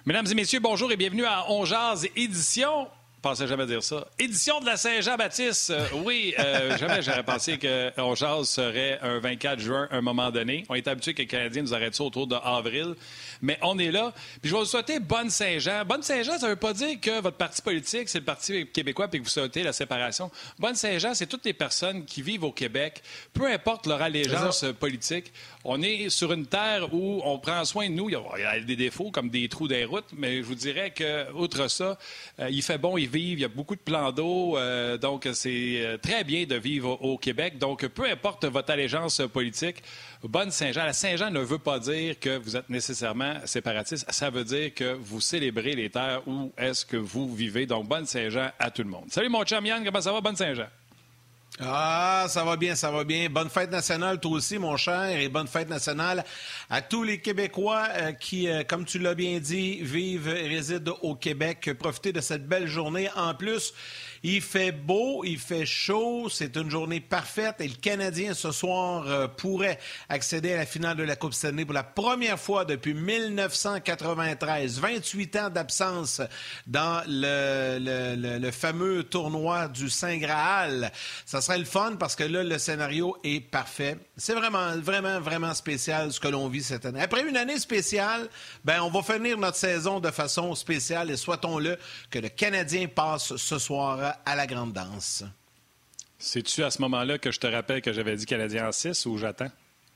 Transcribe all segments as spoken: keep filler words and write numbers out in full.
Mesdames et messieurs, bonjour et bienvenue à On Jase édition. Je pensais jamais dire ça. Édition de la Saint-Jean-Baptiste. Euh, oui, euh, jamais j'aurais pensé que On Jase serait un vingt-quatre juin à un moment donné. On est habitué que les Canadiens nous arrêtent ça autour de avril. Mais on est là. Puis je vais vous souhaiter bonne Saint-Jean. Bonne Saint-Jean, ça ne veut pas dire que votre parti politique, c'est le Parti québécois puis que vous souhaitez la séparation. Bonne Saint-Jean, c'est toutes les personnes qui vivent au Québec, peu importe leur allégeance politique. On est sur une terre où on prend soin de nous. Il y a des défauts comme des trous des routes, mais je vous dirais que, outre ça, euh, il fait bon y vivre. Il y a beaucoup de plans d'eau. Euh, donc, c'est très bien de vivre au, au Québec. Donc, peu importe votre allégeance politique, bonne Saint-Jean. La Saint-Jean ne veut pas dire que vous êtes nécessairement séparatiste. Ça veut dire que vous célébrez les terres où est-ce que vous vivez. Donc, bonne Saint-Jean à tout le monde. Salut mon chum Yann, comment ça va? Bonne Saint-Jean. Ah, ça va bien, ça va bien. Bonne fête nationale, toi aussi, mon cher, et bonne fête nationale à tous les Québécois euh, qui, euh, comme tu l'as bien dit, vivent et résident au Québec. Profitez de cette belle journée. En plus, il fait beau, il fait chaud, c'est une journée parfaite et le Canadien, ce soir, euh, pourrait accéder à la finale de la Coupe Stanley pour la première fois depuis mille neuf cent quatre-vingt-treize. vingt-huit ans d'absence dans le, le, le, le fameux tournoi du Saint-Graal. Ça serait le fun parce que là, le scénario est parfait. C'est vraiment, vraiment, vraiment spécial ce que l'on vit cette année. Après une année spéciale, ben on va finir notre saison de façon spéciale et souhaitons-le que le Canadien passe ce soir à la grande danse. C'est-tu à ce moment-là que je te rappelle que j'avais dit Canadien en six ou j'attends?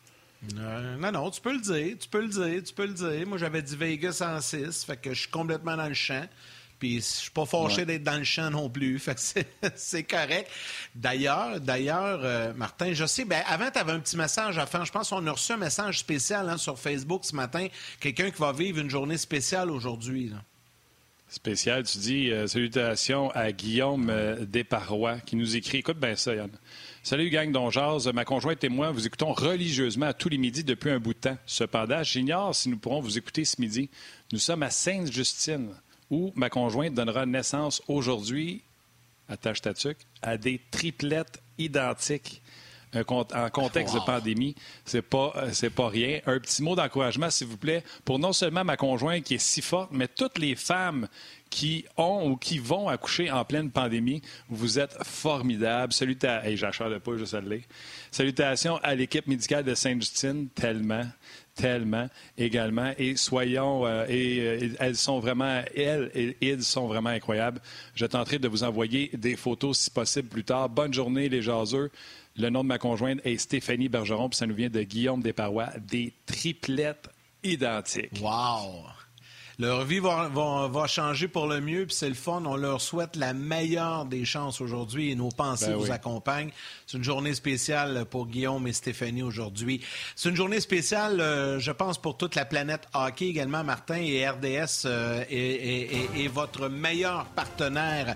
Euh, non, non, tu peux le dire, tu peux le dire, tu peux le dire. Moi, j'avais dit Vegas en six, fait que je suis complètement dans le champ. Puis je suis pas fâché ouais. d'être dans le champ non plus. Fait que c'est, c'est correct. D'ailleurs, d'ailleurs, euh, Martin, je sais, ben avant, tu avais un petit message à faire. Je pense qu'on a reçu un message spécial hein, sur Facebook ce matin. Quelqu'un qui va vivre une journée spéciale aujourd'hui. Là. Spécial, tu dis euh, salutations à Guillaume euh, Desparois qui nous écrit. Écoute bien ça, Yann. Salut, gang d'On Jase. Ma conjointe et moi vous écoutons religieusement à tous les midis depuis un bout de temps. Cependant, j'ignore si nous pourrons vous écouter ce midi. Nous sommes à Sainte-Justine, où ma conjointe donnera naissance aujourd'hui, attache ta tuque, à des triplettes identiques. Un, en contexte wow. de pandémie, c'est pas, c'est pas rien. Un petit mot d'encouragement, s'il vous plaît, pour non seulement ma conjointe qui est si forte, mais toutes les femmes qui ont ou qui vont accoucher en pleine pandémie. Vous êtes formidables. Salutations. Hey, j'ai la chair de poule, juste à le lire. Salutations à l'équipe médicale de Sainte-Justine, tellement. Tellement également. Et soyons, euh, et, et elles sont vraiment, elles et ils sont vraiment incroyables. Je tenterai de vous envoyer des photos si possible plus tard. Bonne journée, les jaseux. Le nom de ma conjointe est Stéphanie Bergeron, puis ça nous vient de Guillaume Desparois. Des triplettes identiques. Wow! Leur vie va, va, va changer pour le mieux, puis c'est le fun. On leur souhaite la meilleure des chances aujourd'hui et nos pensées ben vous oui. accompagnent. C'est une journée spéciale pour Guillaume et Stéphanie aujourd'hui. C'est une journée spéciale, euh, je pense, pour toute la planète hockey également, Martin, et R D S euh, est, est, est, est votre meilleur partenaire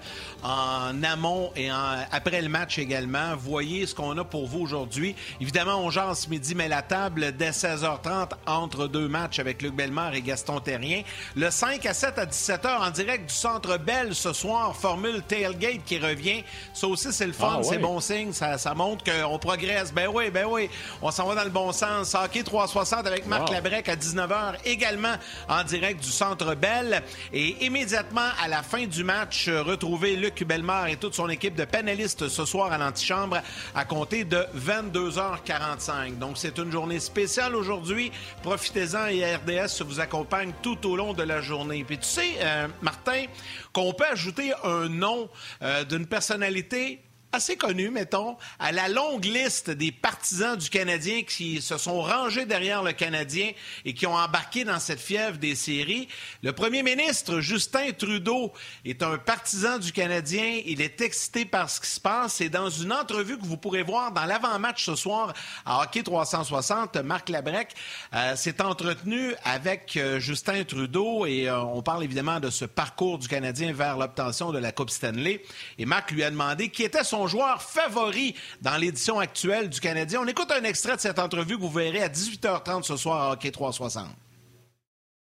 en amont et en, après le match également. Voyez ce qu'on a pour vous aujourd'hui. Évidemment, on jase ce midi, mais la table dès seize heures trente entre deux matchs avec Luc Bellemare et Gaston Terrien. Le cinq à sept à dix-sept heures en direct du Centre Bell ce soir, formule Tailgate qui revient. Ça aussi, c'est le fun, ah, ouais. c'est bon signe. Ça, ça montre qu'on progresse. Ben oui, ben oui, on s'en va dans le bon sens. Hockey trois cent soixante avec Marc wow. Labrec à dix-neuf heures, également en direct du Centre Bell. Et immédiatement à la fin du match, retrouvez Luc Bellemare et toute son équipe de panélistes ce soir à l'antichambre à compter de vingt-deux heures quarante-cinq. Donc, c'est une journée spéciale aujourd'hui. Profitez-en et R D S vous accompagne tout au long de la journée. Puis tu sais, euh, Martin, qu'on peut ajouter un nom euh, d'une personnalité assez connu, mettons, à la longue liste des partisans du Canadien qui se sont rangés derrière le Canadien et qui ont embarqué dans cette fièvre des séries. Le premier ministre, Justin Trudeau, est un partisan du Canadien. Il est excité par ce qui se passe. Et dans une entrevue que vous pourrez voir dans l'avant-match ce soir à Hockey trois cent soixante, Marc Labrec euh, s'est entretenu avec euh, Justin Trudeau et euh, on parle évidemment de ce parcours du Canadien vers l'obtention de la Coupe Stanley. Et Marc lui a demandé qui était son joueur favori dans l'édition actuelle du Canadien. On écoute un extrait de cette entrevue que vous verrez à dix-huit heures trente ce soir à Hockey trois cent soixante.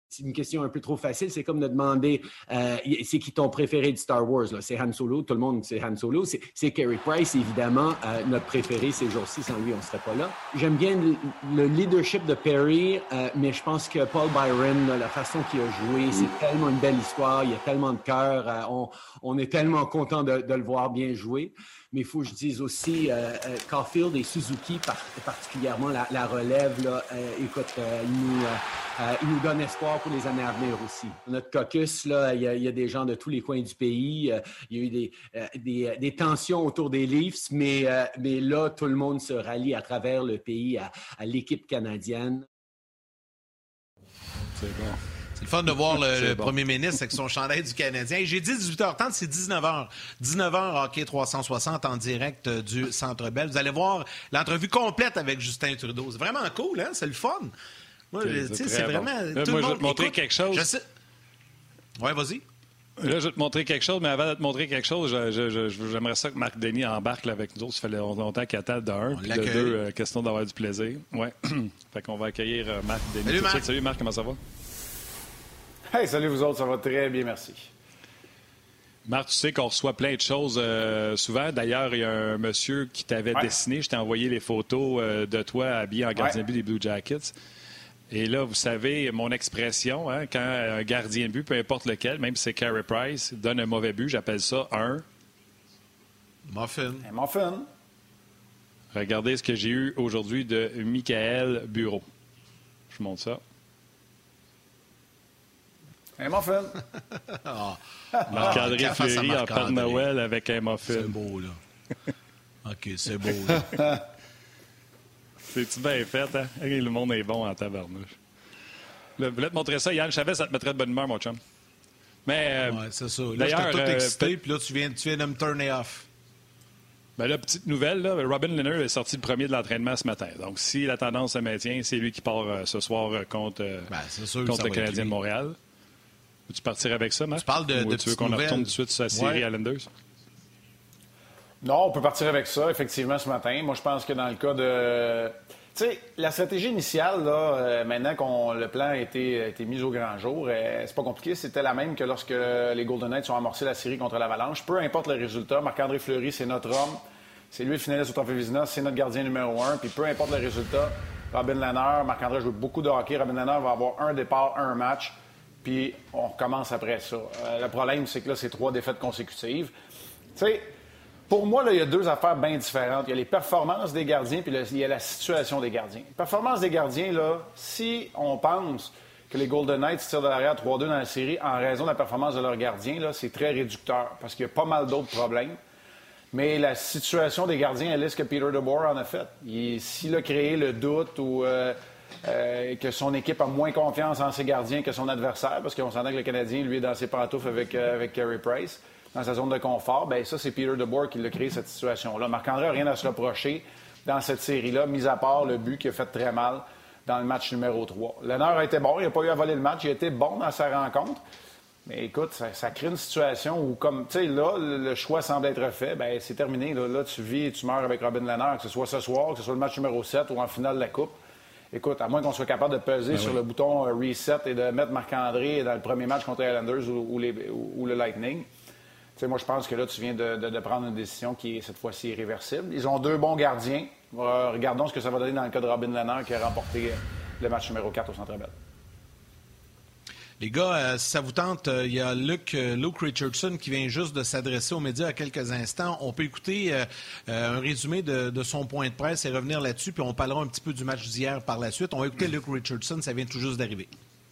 c'est une question un peu trop facile. C'est comme de demander euh, c'est qui ton préféré de Star Wars? Là? C'est Han Solo. Tout le monde, c'est Han Solo. C'est, c'est Carey Price, évidemment, euh, notre préféré ces jours-ci. Sans lui, on ne serait pas là. J'aime bien le, le leadership de Perry, euh, mais je pense que Paul Byron, là, la façon qu'il a joué, c'est tellement une belle histoire. Il y a tellement de cœur. Euh, on, on est tellement content de, de le voir bien jouer. Mais il faut que je dise aussi, euh, euh, Caulfield et Suzuki, par, particulièrement la, la relève, là, euh, écoute, euh, ils, nous, euh, euh, ils nous donnent espoir pour les années à venir aussi. Notre caucus, là, il y a, il y a des gens de tous les coins du pays. Euh, il y a eu des, euh, des, des tensions autour des Leafs, mais, euh, mais là, tout le monde se rallie à travers le pays à, à l'équipe canadienne. C'est bon. C'est le fun de voir le, le bon. premier ministre avec son chandail du Canadien. J'ai dit dix-huit heures trente, c'est dix-neuf heures. dix-neuf heures, Hockey trois cent soixante en direct du Centre Bell. Vous allez voir l'entrevue complète avec Justin Trudeau. C'est vraiment cool, hein? C'est le fun. Moi, okay, c'est, c'est, c'est vraiment... Bon. Tout Là, moi, le monde, je vais te montrer écoute, quelque chose. Je sais... Ouais, vas-y. Là, je vais te montrer quelque chose, mais avant de te montrer quelque chose, je, je, je, j'aimerais ça que Marc Denis embarque là, avec nous autres. Ça fait longtemps qu'il attend de un. Puis de deux, euh, question d'avoir du plaisir. Ouais. Fait qu'on va accueillir euh, Marc Denis. Salut, Marc. Salut, Marc, comment ça va? Hey, salut vous autres, ça va très bien, merci. Marc, tu sais qu'on reçoit plein de choses euh, souvent. D'ailleurs, il y a un monsieur qui t'avait ouais. dessiné. Je t'ai envoyé les photos euh, de toi habillé en gardien de ouais. but des Blue Jackets. Et là, vous savez, mon expression, hein, quand un gardien de but, peu importe lequel, même si c'est Carey Price, donne un mauvais but, j'appelle ça un... Muffin. Un muffin. Regardez ce que j'ai eu aujourd'hui de Michael Bureau. Je montre ça. Un muffin. oh. Marc-André oh, Fleury en Père Noël avec un muffin. C'est beau, là. OK, c'est beau, là. C'est-tu bien fait, hein? Hey, le monde est bon en tabarnouche. Là, je voulais te montrer ça, Yann. Je savais que ça te mettrait de bonne humeur, mon chum. Mais, euh, ouais, c'est ça. Là, j'étais tout excité, euh, puis là, tu viens, tu viens de me turner off. Ben là, petite nouvelle, là, Robin Lehner est sorti le premier de l'entraînement ce matin. Donc, si la tendance se maintient, c'est lui qui part euh, ce soir euh, contre, euh, ben, c'est sûr contre le Canadien de Montréal. Veux-tu partir avec ça, Marc? Tu parles de, Ou de tu veux qu'on nouvelles. retourne tout de suite sur la série ouais. Islanders? Non, on peut partir avec ça, effectivement, ce matin. Moi, je pense que dans le cas de... Tu sais, la stratégie initiale, là, euh, maintenant que le plan a été, a été mis au grand jour, euh, c'est pas compliqué. C'était la même que lorsque les Golden Knights ont amorcé la série contre l'Avalanche. Peu importe le résultat, Marc-André Fleury, c'est notre homme. C'est lui le finaliste au Trophée Vizina, c'est notre gardien numéro un. Puis peu importe le résultat, Robin Lehner, Marc-André joue beaucoup de hockey. Robin Lehner va avoir un départ, un match. Puis on recommence après ça. Euh, le problème, c'est que là, c'est trois défaites consécutives. Tu sais, pour moi, là, il y a deux affaires bien différentes. Il y a les performances des gardiens, puis il y a la situation des gardiens. Les performances des gardiens, là, si on pense que les Golden Knights tirent de l'arrière trois deux dans la série en raison de la performance de leurs gardiens, là, c'est très réducteur, parce qu'il y a pas mal d'autres problèmes. Mais la situation des gardiens, elle est ce que Peter DeBoer en a fait. Il, s'il a créé le doute ou... Euh, Euh, que son équipe a moins confiance en ses gardiens que son adversaire, parce qu'on s'entend que le Canadien, lui, est dans ses pantoufles avec, euh, avec Carey Price, dans sa zone de confort. Bien, ça, c'est Peter DeBoer qui l'a créé, cette situation-là. Marc-André n'a rien à se reprocher dans cette série-là, mis à part le but qui a fait très mal dans le match numéro trois. Lehner a été bon, il n'a pas eu à voler le match, il a été bon dans sa rencontre. Mais écoute, ça, ça crée une situation où, comme, tu sais, là, le choix semble être fait, bien, c'est terminé. Là, là, tu vis et tu meurs avec Robin Lehner, que ce soit ce soir, que ce soit le match numéro sept ou en finale de la Coupe. Écoute, à moins qu'on soit capable de peser ben sur oui. le bouton euh, reset et de mettre Marc-André dans le premier match contre les Islanders ou, ou, les, ou, ou le Lightning, tu sais, moi, je pense que là, tu viens de, de, de prendre une décision qui est cette fois-ci irréversible. Ils ont deux bons gardiens. Euh, regardons ce que ça va donner dans le cas de Robin Lehner qui a remporté le match numéro quatre au Centre Bell. Les gars, euh, si ça vous tente, il euh, y a Luke, euh, Luke Richardson qui vient juste de s'adresser aux médias à quelques instants. On peut écouter euh, euh, un résumé de, de son point de presse et revenir là-dessus, puis on parlera un petit peu du match d'hier par la suite. On va écouter Luke Richardson, ça vient tout juste d'arriver.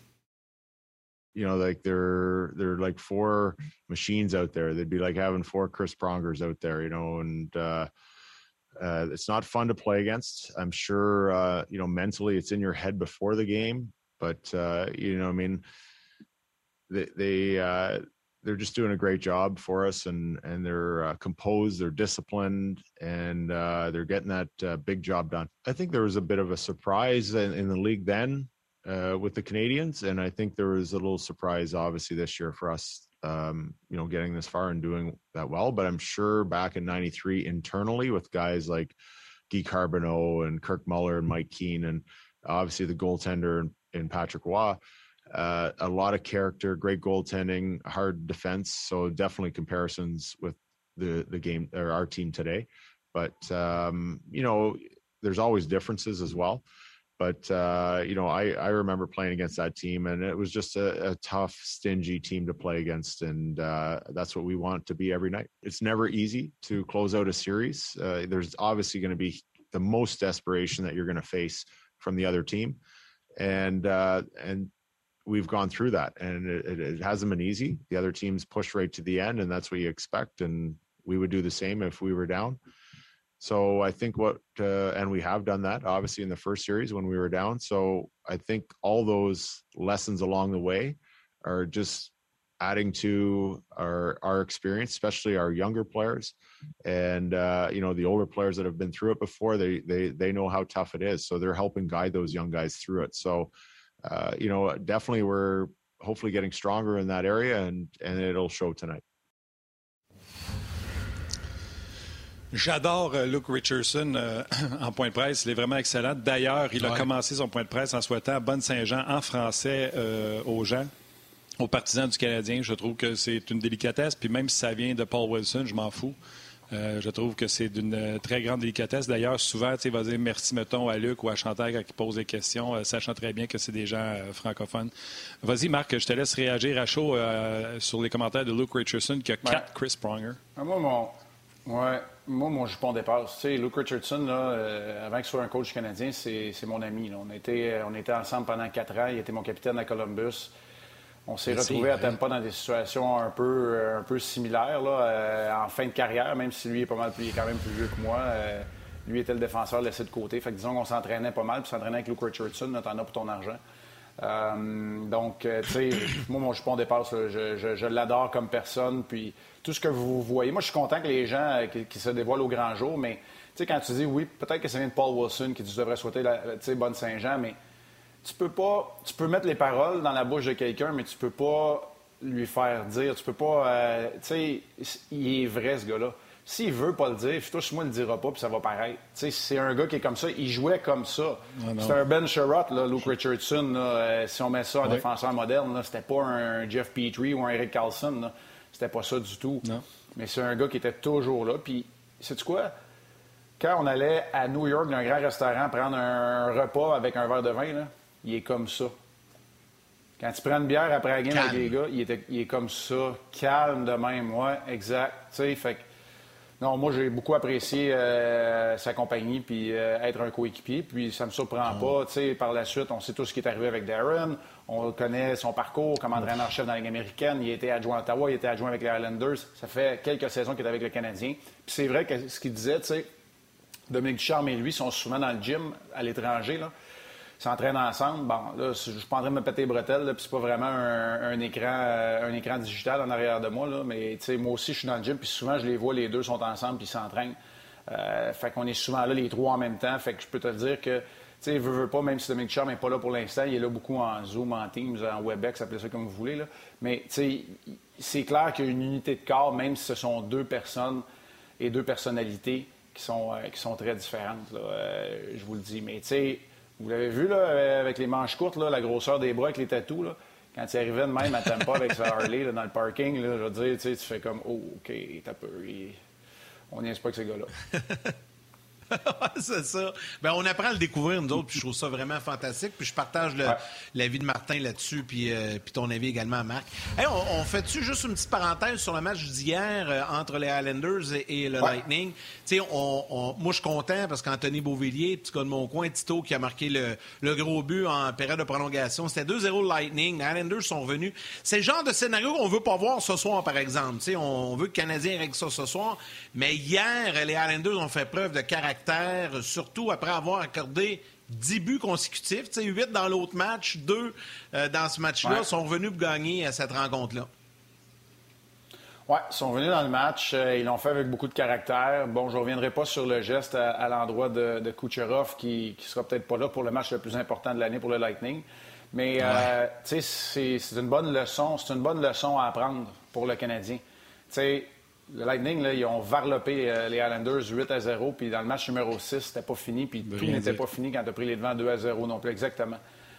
You know, like there, there are like four machines out there. They'd be like having four Chris Prongers out there, you know, and uh, uh, it's not fun to play against. I'm sure, uh, you know, mentally it's in your head before the game, but, uh, you know, I mean, They, they uh, they're just doing a great job for us, and and they're uh, composed, they're disciplined, and uh, they're getting that uh, big job done. I think there was a bit of a surprise in, in the league then uh, with the Canadians, and I think there was a little surprise, obviously, this year for us, um, you know, getting this far and doing that well. But I'm sure back in ninety-three internally with guys like Guy Carbonneau and Kirk Muller and Mike Keane, and obviously the goaltender and, and Patrick Waugh. uh, a lot of character, great goaltending, hard defense. So definitely comparisons with the the game or our team today. But um, you know, there's always differences as well. But, uh, you know, I, I remember playing against that team, and it was just a, a tough, stingy team to play against. And uh, that's what we want to be every night. It's never easy to close out a series. Uh, there's obviously going to be the most desperation that you're going to face from the other team. And uh, and we've gone through that, and it, it hasn't been easy. The other teams push right to the end, and that's what you expect. And we would do the same if we were down. So I think what, uh, and we have done that obviously in the first series when we were down. So I think all those lessons along the way are just adding to our, our experience, especially our younger players. And, uh, you know, the older players that have been through it before, they, they, they know how tough it is. So they're helping guide those young guys through it. So, uh, you know, definitely we're hopefully getting stronger in that area, and, and it'll show tonight. J'adore euh, Luke Richardson euh, en point de presse. Il est vraiment excellent. D'ailleurs, il a ouais. commencé son point de presse en souhaitant Bonne Saint-Jean en français euh, aux gens, aux partisans du Canadien. Je trouve que c'est une délicatesse. Puis même si ça vient de Paul Wilson, je m'en fous. Euh, je trouve que c'est d'une euh, très grande délicatesse. D'ailleurs, souvent, il va dire merci, mettons, à Luc ou à Chantal quand il pose des questions, euh, sachant très bien que c'est des gens euh, francophones. Vas-y, Marc, je te laisse réagir à chaud euh, sur les commentaires de Luke Richardson qui a ouais. quatre Chris Pronger. Ah, moi, mon... Ouais. Moi, mon jupon dépasse. Tu sais, Luke Richardson, là, euh, avant qu'il soit un coach canadien, c'est, c'est mon ami. Là. On, était, on était ensemble pendant quatre ans. Il était mon capitaine à Columbus. On s'est retrouvés à Tampa dans des situations un peu, un peu similaires là, euh, en fin de carrière, même si lui est pas mal plus, il est quand même plus vieux que moi. Euh, lui était le défenseur laissé de côté. Fait que disons qu'on s'entraînait pas mal, puis s'entraînait avec Luke Richardson, là, t'en as pour ton argent. Euh, donc, euh, tu sais, moi, mon jupon dépasse. Là, je, je, je l'adore comme personne, puis tout ce que vous voyez. Moi, je suis content que les gens euh, qui, qui se dévoilent au grand jour, mais tu sais, quand tu dis oui, peut-être que ça vient de Paul Wilson qui tu devrais souhaiter la, tu sais, Bonne Saint-Jean, mais tu peux pas, tu peux mettre les paroles dans la bouche de quelqu'un, mais tu peux pas lui faire dire, tu peux pas, euh, tu sais, il est vrai ce gars-là. S'il veut pas le dire, toi, moi, il le dira pas, puis ça va paraître. Tu sais, c'est un gars qui est comme ça. Il jouait comme ça. Ah c'est un Ben Sherratt, là, Luke Richardson. Là, euh, si on met ça en ouais. défenseur moderne, là, c'était pas un Jeff Petrie ou un Erik Karlsson. Là. C'était pas ça du tout. Non. Mais c'est un gars qui était toujours là. Puis, sais-tu quoi? Quand on allait à New York dans un grand restaurant prendre un repas avec un verre de vin, là, il est comme ça. Quand tu prends une bière après la game calme. Avec les gars, il, était, il est comme ça. Calme de même. Ouais, exact. Tu sais, fait que non, moi, j'ai beaucoup apprécié euh, sa compagnie puis euh, être un coéquipier. Puis ça me surprend oh. pas. Tu sais, par la suite, on sait tout ce qui est arrivé avec Darren. On connaît son parcours comme entraîneur-chef dans la Ligue américaine. Il a été adjoint à Ottawa, il a été adjoint avec les Islanders. Ça fait quelques saisons qu'il est avec le Canadien. Puis c'est vrai que ce qu'il disait, tu sais, Dominique Ducharme et lui sont souvent dans le gym à l'étranger, là. Ils s'entraînent ensemble. Bon, là, je suis pas en train de me péter les bretelles, là, puis c'est pas vraiment un, un écran euh, un écran digital en arrière de moi, là, mais tu sais, moi aussi, je suis dans le gym, puis souvent, je les vois, les deux sont ensemble, puis ils s'entraînent. Euh, fait qu'on est souvent là, les trois en même temps. Fait que je peux te dire que, tu sais, veut, veut pas, même si Dominique Ducharme n'est pas là pour l'instant, il est là beaucoup en Zoom, en Teams, en Webex, appelez ça comme vous voulez, là. Mais, tu sais, c'est clair qu'il y a une unité de corps, même si ce sont deux personnes et deux personnalités qui sont, euh, qui sont très différentes, là, euh, je vous le dis. Mais, tu sais, vous l'avez vu, là, avec les manches courtes, là, la grosseur des bras avec les tatous, là. Quand il arrivait de même à Tampa avec sa Harley là, dans le parking, là, je veux dire, tu sais, tu fais comme « Oh, OK, t'as peur. » On n'y est pas que ces gars-là. C'est ça. Bien, on apprend à le découvrir, nous autres, puis je trouve ça vraiment fantastique. Puis je partage le, ouais. l'avis de Martin là-dessus, puis, euh, puis ton avis également, Marc. Hey, on, on fait-tu juste une petite parenthèse sur le match d'hier euh, entre les Islanders et, et le ouais. Lightning? Tu sais, on, on, moi, je suis content parce qu'Anthony Beauvillier, petit gars de mon coin, Tito, qui a marqué le, le gros but en période de prolongation. C'était deux zéro le Lightning. Les Islanders sont revenus. C'est le genre de scénario qu'on veut pas voir ce soir, par exemple. Tu sais, on veut que le Canadien règle ça ce soir. Mais hier, les Islanders ont fait preuve de caractère, surtout après avoir accordé dix buts consécutifs. Tu sais, huit dans l'autre match, deux euh, dans ce match-là, ouais. sont revenus pour gagner à cette rencontre-là. Oui, ils sont venus dans le match. Euh, ils l'ont fait avec beaucoup de caractère. Bon, je ne reviendrai pas sur le geste à, à l'endroit de, de Kucherov, qui ne sera peut-être pas là pour le match le plus important de l'année pour le Lightning. Mais, ouais. euh, tu sais, c'est, c'est une bonne leçon. C'est une bonne leçon à apprendre pour le Canadien. Tu sais, le Lightning, là, ils ont varlopé euh, les Islanders huit à zéro, puis dans le match numéro six, c'était pas fini, puis tout n'était pas fini quand tu as pris les devants deux à zéro non plus, exactement.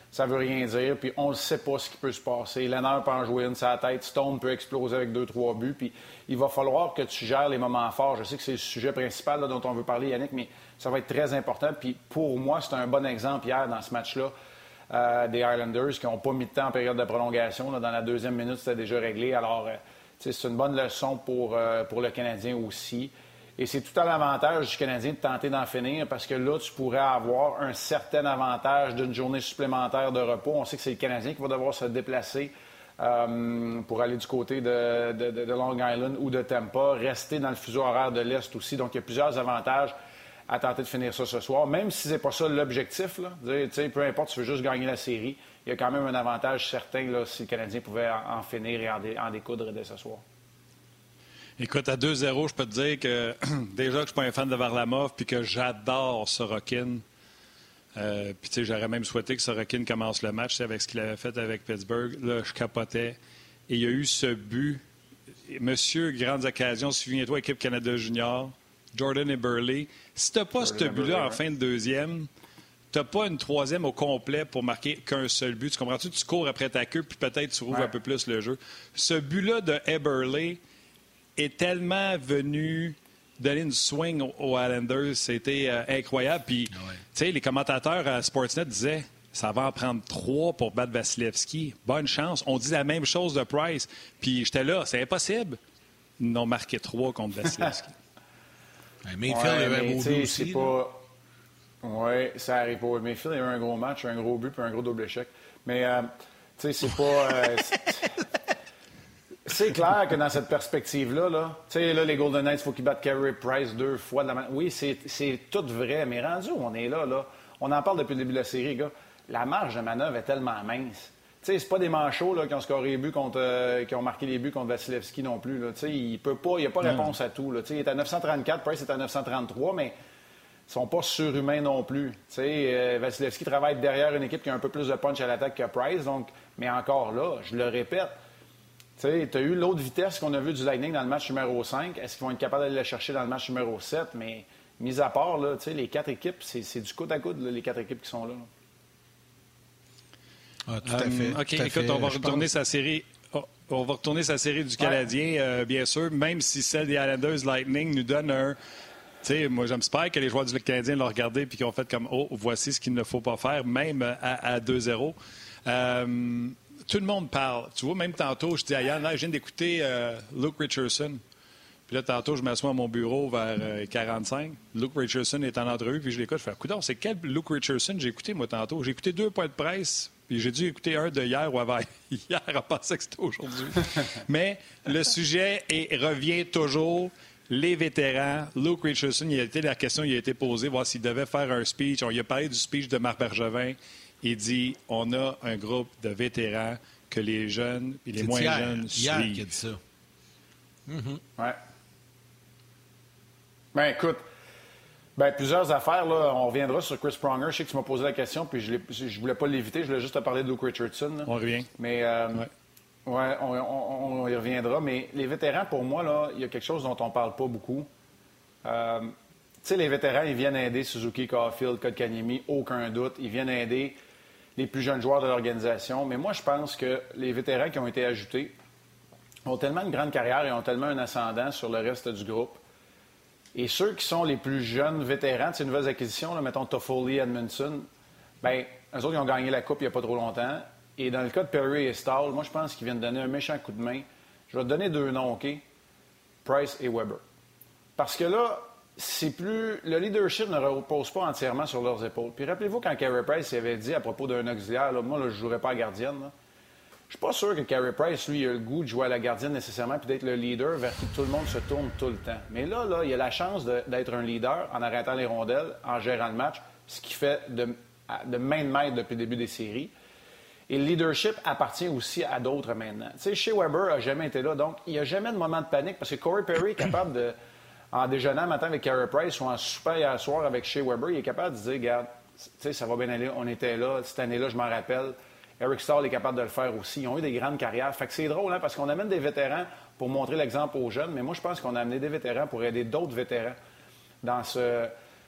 ça veut rien dire. Puis on ne sait pas ce qui peut se passer. Lehner peut en jouer une sur la tête. Stone peut exploser avec deux, trois buts. Puis il va falloir que tu gères les moments forts. Je sais que c'est le sujet principal là, dont on veut parler, Yannick, mais ça va être très important. Puis pour moi, c'est un bon exemple hier dans ce match-là euh, des Islanders qui n'ont pas mis de temps en période de prolongation. Là, dans la deuxième minute, c'était déjà réglé. Alors, euh, c'est une bonne leçon pour, euh, pour le Canadien aussi. Et c'est tout à l'avantage du Canadien de tenter d'en finir parce que là, tu pourrais avoir un certain avantage d'une journée supplémentaire de repos. On sait que c'est le Canadien qui va devoir se déplacer euh, pour aller du côté de, de, de Long Island ou de Tampa, rester dans le fuseau horaire de l'Est aussi. Donc, il y a plusieurs avantages à tenter de finir ça ce soir, même si c'est pas ça l'objectif. Là. Dire, peu importe, tu veux juste gagner la série, il y a quand même un avantage certain là, si le Canadien pouvait en, en finir et en, dé, en découdre dès ce soir. Écoute, à deux zéro, je peux te dire que déjà que je ne suis pas un fan de Varlamov puis que j'adore Sorokin. Euh, puis tu sais, j'aurais même souhaité que Sorokin commence le match avec ce qu'il avait fait avec Pittsburgh. Là, je capotais. Et il y a eu ce but. Monsieur, grandes occasions, souviens-toi, équipe Canada Junior, Jordan et Burley. Si tu n'as pas Jordan ce but-là en fin de deuxième, tu n'as pas une troisième au complet pour marquer qu'un seul but. Tu comprends-tu? Tu cours après ta queue puis peut-être tu rouvres ouais. un peu plus le jeu. Ce but-là de Eberle est tellement venu donner une swing aux Islanders. C'était euh, incroyable. Puis, ouais. tu sais, les commentateurs à Sportsnet disaient ça va en prendre trois pour battre Vasilevski. Bonne chance. On dit la même chose de Price. Puis, j'étais là, c'est impossible. Ils n'ont marqué trois contre Vasilevski. Mayfield ouais, avait un beau but aussi. Pas... Oui, ça arrive pas. Mayfield a eu un gros match, un gros but puis un gros double échec. Mais, euh, tu sais, c'est pas... Euh, C'est clair que dans cette perspective-là, là, tu sais, là, les Golden Knights, il faut qu'ils battent Carey Price deux fois. De la man... Oui, c'est, c'est tout vrai, mais rendu où on est là, là, on en parle depuis le début de la série, gars. La marge de manœuvre est tellement mince. Tu sais, c'est pas des manchots là, qui ont scoré les buts contre, euh, qui ont marqué les buts contre Vasilevski non plus. Là. Tu sais, il peut pas, il n'y a pas de réponse à tout. Là. Tu sais, il est à neuf cent trente-quatre, Price est à neuf cent trente-trois, mais ils sont pas surhumains non plus. Tu sais, euh, Vasilevski travaille derrière une équipe qui a un peu plus de punch à l'attaque que Price, donc, mais encore là, je le répète. Tu as eu l'autre vitesse qu'on a vu du Lightning dans le match numéro cinq. Est-ce qu'ils vont être capables d'aller la chercher dans le match numéro sept? Mais mis à part, là, les quatre équipes, c'est, c'est du coude à coude, là, les quatre équipes qui sont là. Ah, tout à fait. Um, OK, tout à écoute, fait, on va retourner pense. sa série. Oh, on va retourner sa série du Canadien, ouais. euh, bien sûr, même si celle des Islanders Lightning nous donne un... Tu sais, moi, j'espère que les joueurs du Canadien l'ont regardé et qu'ils ont fait comme « Oh, voici ce qu'il ne faut pas faire », même à, à deux zéro. Euh, Tout le monde parle. Tu vois, même tantôt, je dis à Yann, là, je viens d'écouter euh, Luke Richardson. Puis là, tantôt, je m'assois à mon bureau vers euh, quarante-cinq. Luke Richardson est en entrevue, puis je l'écoute. Je fais, coudonc, c'est quel Luke Richardson j'ai écouté, moi, tantôt? J'ai écouté deux points de presse, puis j'ai dû écouter un de hier ou avant hier, on pensait que c'était aujourd'hui. Mais le sujet est, revient toujours. Les vétérans, Luke Richardson, il a été, la question il a été posée, voir s'il devait faire un speech. On lui a parlé du speech de Marc Bergevin. Il dit, on a un groupe de vétérans que les jeunes et les c'est moins hier, jeunes hier suivent. Qui a dit ça. Mm-hmm. Ouais. Ben écoute, ben, plusieurs affaires. Là. On reviendra sur Chris Pronger. Je sais que tu m'as posé la question, puis je ne voulais pas l'éviter. Je voulais juste te parler de Luke Richardson. Là. On revient. Mais, euh, ouais, ouais on, on, on y reviendra. Mais les vétérans, pour moi, là, il y a quelque chose dont on ne parle pas beaucoup. Euh, tu sais, les vétérans, ils viennent aider Suzuki, Caulfield, Kotkaniemi, aucun doute. Ils viennent aider les plus jeunes joueurs de l'organisation. Mais moi, je pense que les vétérans qui ont été ajoutés ont tellement une grande carrière et ont tellement un ascendant sur le reste du groupe. Et ceux qui sont les plus jeunes vétérans de ces nouvelles acquisitions, là, mettons Toffoli, Edmondson, bien, eux autres, ils ont gagné la Coupe il n'y a pas trop longtemps. Et dans le cas de Perry et Stahl, moi, je pense qu'ils viennent donner un méchant coup de main. Je vais te donner deux noms, OK? Price et Weber. Parce que là, c'est plus... Le leadership ne repose pas entièrement sur leurs épaules. Puis rappelez-vous quand Carey Price avait dit à propos d'un auxiliaire, là, moi, là, je ne jouerais pas à gardienne. Là. Je suis pas sûr que Carey Price, lui, a le goût de jouer à la gardienne nécessairement puis d'être le leader vers qui tout le monde se tourne tout le temps. Mais là, là, il a la chance de, d'être un leader en arrêtant les rondelles, en gérant le match, ce qui fait de, de main de maître depuis le début des séries. Et le leadership appartient aussi à d'autres maintenant. Tu sais, Shea Weber n'a jamais été là, donc il n'y a jamais de moment de panique parce que Corey Perry est capable de... En déjeunant un matin avec Carey Price ou en souper hier soir avec Shea Weber, il est capable de se dire, regarde, tu sais, ça va bien aller, on était là, cette année-là, je m'en rappelle. Eric Stahl est capable de le faire aussi. Ils ont eu des grandes carrières. Fait que c'est drôle, hein, parce qu'on amène des vétérans pour montrer l'exemple aux jeunes, mais moi, je pense qu'on a amené des vétérans pour aider d'autres vétérans dans ce,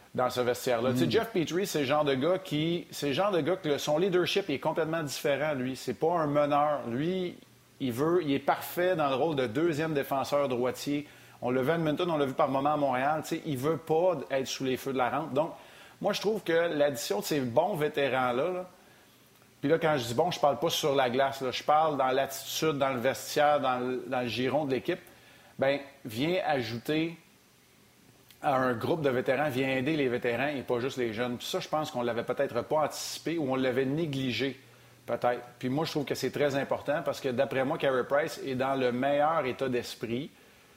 dans ce vestiaire-là. Mm. Tu sais, Jeff Petrie, c'est le genre de gars qui... C'est le genre de gars que le, son leadership est complètement différent, lui. C'est pas un meneur. Lui, il veut... Il est parfait dans le rôle de deuxième défenseur droitier. On l'a vu à Edmonton, on l'a vu par moment à Montréal. Tu sais, il veut pas être sous les feux de la rampe. Donc, moi, je trouve que l'addition de ces bons vétérans-là... Là, puis là, quand je dis bon, je parle pas sur la glace. Là, je parle dans l'attitude, dans le vestiaire, dans le, dans le giron de l'équipe. Bien, vient ajouter... à un groupe de vétérans, vient aider les vétérans et pas juste les jeunes. Puis ça, je pense qu'on l'avait peut-être pas anticipé ou on l'avait négligé, peut-être. Puis moi, je trouve que c'est très important parce que, d'après moi, Carey Price est dans le meilleur état d'esprit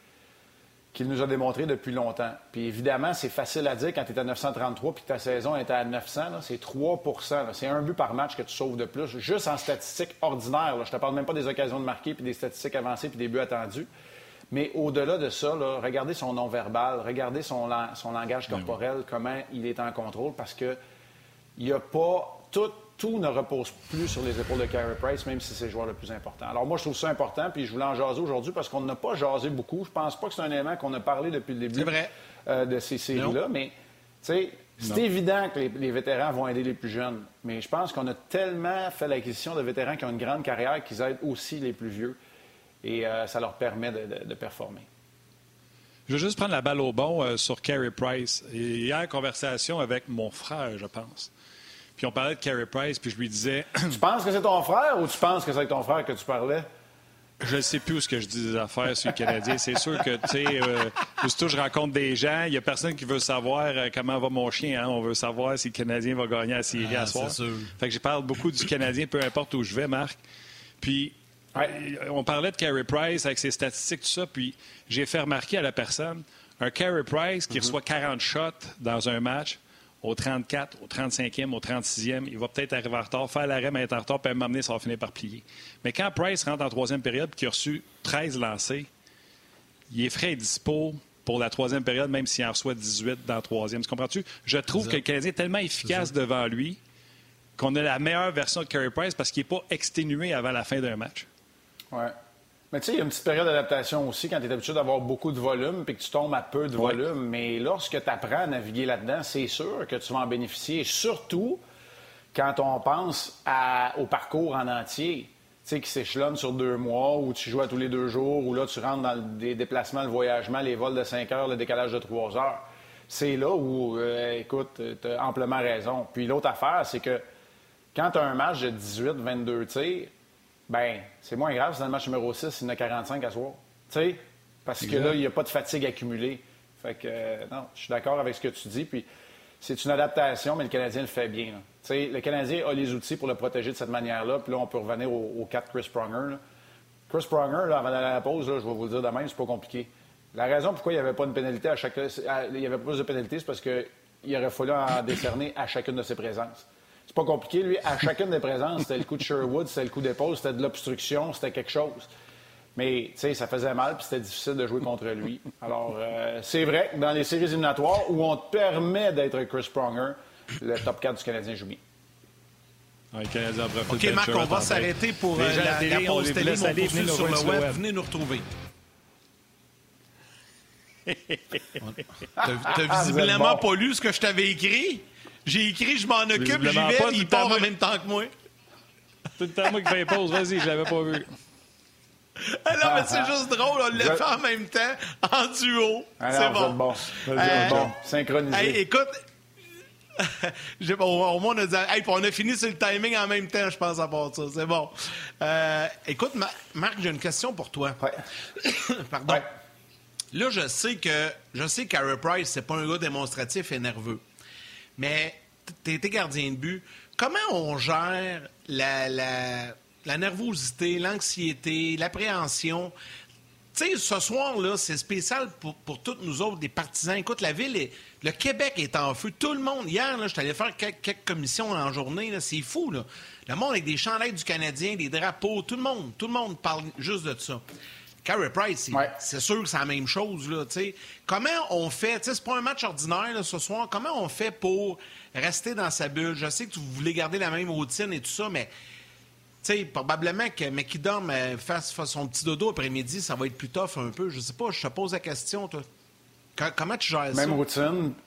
qu'il nous a démontré depuis longtemps. Puis évidemment, c'est facile à dire quand tu es à neuf cent trente-trois puis que ta saison est à neuf cents, là, c'est trois pour cent. Là. C'est un but par match que tu sauves de plus, juste en statistiques ordinaires. Là. Je te parle même pas des occasions de marquer puis des statistiques avancées puis des buts attendus. Mais au-delà de ça, là, regardez son non-verbal, regardez son, son langage corporel, oui. Comment il est en contrôle, parce que il y a pas... Tout, tout ne repose plus sur les épaules de Carey Price, même si c'est le joueur le plus important. Alors moi, je trouve ça important, puis je voulais en jaser aujourd'hui parce qu'on n'a pas jasé beaucoup. Je pense pas que c'est un élément qu'on a parlé depuis le début euh, de ces séries-là, non. Mais tu sais, c'est non. évident que les, les vétérans vont aider les plus jeunes. Mais je pense qu'on a tellement fait l'acquisition de vétérans qui ont une grande carrière qu'ils aident aussi les plus vieux. Et euh, ça leur permet de, de, de performer. Je veux juste prendre la balle au bon euh, sur Carey Price. Et hier, conversation avec mon frère, je pense. Puis on parlait de Carey Price, puis je lui disais... Tu penses que c'est ton frère ou tu penses que c'est avec ton frère que tu parlais? Je ne sais plus où ce que je dis des affaires sur le Canadien. C'est sûr que, tu sais, euh, aussitôt je rencontre des gens, il n'y a personne qui veut savoir euh, comment va mon chien. Hein? On veut savoir si le Canadien va gagner la série ah, à soir. Fait que je parle beaucoup du Canadien, peu importe où je vais, Marc. Puis... Ouais. On parlait de Carey Price avec ses statistiques, tout ça, puis j'ai fait remarquer à la personne, un Carey Price qui mm-hmm. reçoit quarante shots dans un match, au trente-quatre, au trente-cinquième, au trente-sixième, il va peut-être arriver en retard, faire l'arrêt, mais être en retard, puis m'amener, ça va finir par plier. Mais quand Price rentre en troisième période et qu'il a reçu treize lancés, il est frais et dispo pour la troisième période, même s'il en reçoit dix-huit dans la troisième. Tu comprends-tu? Je trouve que le Canadien est tellement efficace devant lui qu'on a la meilleure version de Carey Price parce qu'il n'est pas exténué avant la fin d'un match. Oui. Mais tu sais, il y a une petite période d'adaptation aussi quand tu es habitué d'avoir beaucoup de volume puis que tu tombes à peu de ouais. volume. Mais lorsque tu apprends à naviguer là-dedans, c'est sûr que tu vas en bénéficier. Surtout quand on pense à, au parcours en entier, tu sais, qui s'échelonne sur deux mois, où tu joues à tous les deux jours, où là, tu rentres dans les déplacements, le voyagement, les vols de cinq heures, le décalage de trois heures. C'est là où, euh, écoute, tu as amplement raison. Puis l'autre affaire, c'est que quand tu as un match de dix-huit vingt-deux tirs, bien, c'est moins grave, c'est dans le match numéro six, il y en a quarante-cinq à soir. Tu sais, parce que là, il n'y a pas de fatigue accumulée. Fait que, euh, non, je suis d'accord avec ce que tu dis. Puis, c'est une adaptation, mais le Canadien le fait bien. Tu sais, le Canadien a les outils pour le protéger de cette manière-là. Puis là, on peut revenir au, au cas de Chris Pronger. Là. Chris Pronger, là, avant d'aller à la pause, là, je vais vous le dire de même, c'est pas compliqué. La raison pourquoi il n'y avait pas une pénalité à chaque... Il y avait pas plus de pénalité, c'est parce qu'il aurait fallu en décerner à chacune de ses présences. C'est pas compliqué, lui. À chacune des présences, c'était le coup de Sherwood, c'était le coup d'épaule, c'était de l'obstruction, c'était quelque chose. Mais, tu sais, ça faisait mal, puis c'était difficile de jouer contre lui. Alors, euh, c'est vrai que dans les séries éliminatoires où on te permet d'être Chris Pronger, le top quatre du Canadien joue bien. Ouais, le Canadien OK, Marc, on va s'arrêter pour euh, la, la, télé, la pause télé. On poursuit sur le web. web. Venez nous retrouver. T'as, t'as visiblement bon. pas lu ce que je t'avais écrit? J'ai écrit, je m'en occupe, j'y vais, il part en même temps que moi. Tout le temps, moi qui fais pause, vas-y, je l'avais pas vu. Ah non, mais c'est juste drôle, on l'a fait en même temps, en duo. Alors, c'est bon. bon. Euh, bon. Synchronisé. Hey, écoute, j'ai, au, au moins, on a dit, hey, on a fini sur le timing en même temps, je pense, à part ça. C'est bon. Euh, écoute, Marc, j'ai une question pour toi. Ouais. Pardon. Ouais. Là, je sais que je sais que Carey Price, c'est pas un gars démonstratif et nerveux. Mais tu étais gardien de but. Comment on gère la, la, la nervosité, l'anxiété, l'appréhension? Tu sais, ce soir-là, c'est spécial pour, pour tous nous autres, des partisans. Écoute, la ville, est, le Québec est en feu. Tout le monde, hier, là, je suis allé faire quelques, quelques commissions en journée. Là, c'est fou, là. Le monde avec des chandails du Canadien, des drapeaux, tout le monde, tout le monde parle juste de ça. Carey Price, c'est, ouais. c'est sûr que c'est la même chose, là, tu sais. Comment on fait, tu sais, c'est pas un match ordinaire, là, ce soir, comment on fait pour rester dans sa bulle? Je sais que vous voulez garder la même routine et tout ça, mais, tu sais, probablement que McKinnon fasse, fasse son petit dodo après-midi, ça va être plus tough un peu. Je sais pas, je te pose la question, toi. Comment tu gères même ça? Même routine.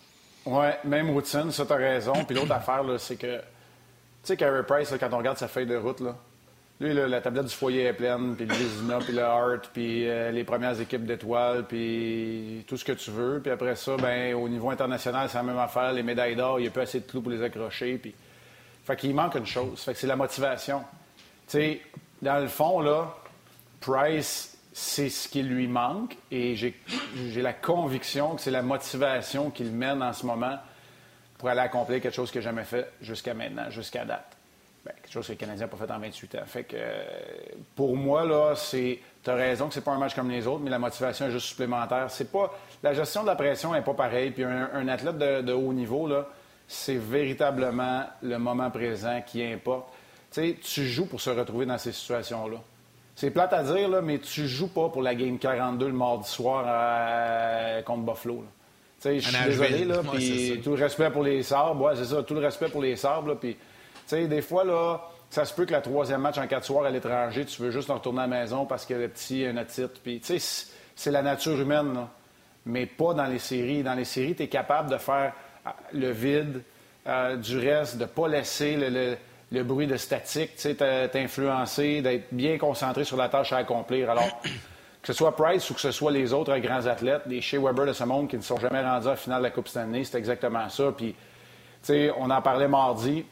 Oui, même routine, ça, t'as raison. Puis l'autre affaire, là, c'est que, tu sais, Carey Price, là, quand on regarde sa feuille de route, là, lui, là, la tablette du foyer est pleine, puis le Vizina, puis le Hart, puis euh, les premières équipes d'étoiles, puis tout ce que tu veux. Puis après ça, ben au niveau international, c'est la même affaire. Les médailles d'or, il n'y a pas assez de clous pour les accrocher. Puis... Fait qu'il manque une chose. Fait que c'est la motivation. Tu sais, dans le fond, là, Price, c'est ce qui lui manque. Et j'ai, j'ai la conviction que c'est la motivation qu'il mène en ce moment pour aller accomplir quelque chose qu'il n'a jamais fait jusqu'à maintenant, jusqu'à date. Bien, quelque chose que les Canadiens n'ont pas fait en vingt-huit ans. Fait que, euh, pour moi, là, c'est... Tu as raison que c'est pas un match comme les autres, mais la motivation est juste supplémentaire. C'est pas... La gestion de la pression n'est pas pareille. Puis un, un athlète de, de haut niveau, là, c'est véritablement le moment présent qui importe. Tu sais, tu joues pour se retrouver dans ces situations-là. C'est plate à dire, là, mais tu joues pas pour la game quarante-deux le mardi soir à... contre Buffalo. Là. Tu sais, je suis désolé, là, puis ouais, tout le respect pour les Sabres. Ouais, c'est ça, tout le respect pour les Sabres, là, puis... Tu sais, des fois, là, ça se peut que la troisième match en quatre soirs à l'étranger, tu veux juste en retourner à la maison parce que le petit a un titre. Puis, tu sais, c'est la nature humaine, là. Mais pas dans les séries. Dans les séries, tu es capable de faire le vide euh, du reste, de ne pas laisser le, le, le bruit de statique, tu sais, t'influencer, d'être bien concentré sur la tâche à accomplir. Alors, que ce soit Price ou que ce soit les autres grands athlètes, les Shea Weber de ce monde qui ne sont jamais rendus à la finale de la Coupe Stanley, c'est exactement ça. Puis, tu sais, on en parlait mardi.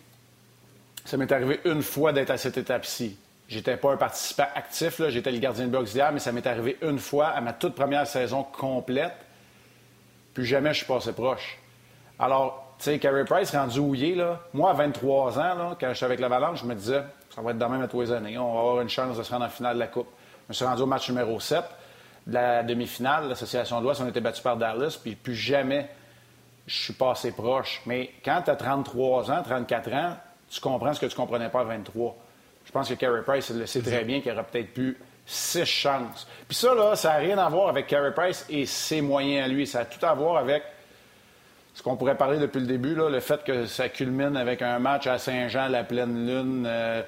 Ça m'est arrivé une fois d'être à cette étape-ci. J'étais pas un participant actif, là. J'étais le gardien de but auxiliaire, mais ça m'est arrivé une fois à ma toute première saison complète. Puis jamais je suis passé proche. Alors, tu sais, Carey Price rendu houillé, là. Moi, à vingt-trois ans, là, quand j'étais avec l'Avalanche, je me disais, ça va être de même à tous les années. On va avoir une chance de se rendre en finale de la Coupe. Je me suis rendu au match numéro sept de la demi-finale. L'Association de l'Ouest, on était battu par Dallas, puis plus jamais je suis passé proche. Mais quand tu as trente-trois ans, trente-quatre ans, tu comprends ce que tu ne comprenais pas à vingt-trois. Je pense que Carey Price le sait très bien qu'il aurait peut-être pu six chances. Puis ça, là, ça n'a rien à voir avec Carey Price et ses moyens à lui. Ça a tout à voir avec ce qu'on pourrait parler depuis le début, là, le fait que ça culmine avec un match à Saint-Jean, la pleine lune, euh,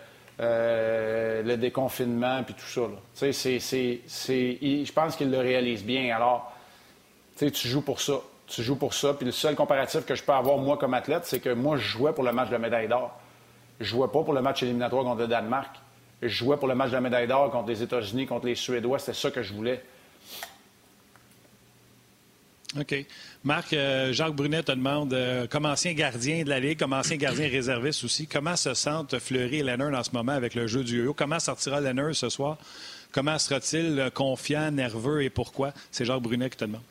euh, le déconfinement, puis tout ça. Tu sais, c'est, c'est, c'est, je pense qu'il le réalise bien. Alors, tu sais, tu joues pour ça. Tu joues pour ça. Puis le seul comparatif que je peux avoir, moi, comme athlète, c'est que moi, je jouais pour le match de la médaille d'or. Je jouais pas pour le match éliminatoire contre le Danemark. Je jouais pour le match de la médaille d'or contre les États-Unis, contre les Suédois. C'était ça que je voulais. OK. Marc, euh, Jacques Brunet te demande, euh, comme ancien gardien de la Ligue, comme ancien gardien réserviste aussi, comment se sentent Fleury et Lehner en ce moment avec le jeu du yo-yo? Comment sortira Lehner ce soir? Comment sera-t-il confiant, nerveux et pourquoi? C'est Jacques Brunet qui te demande.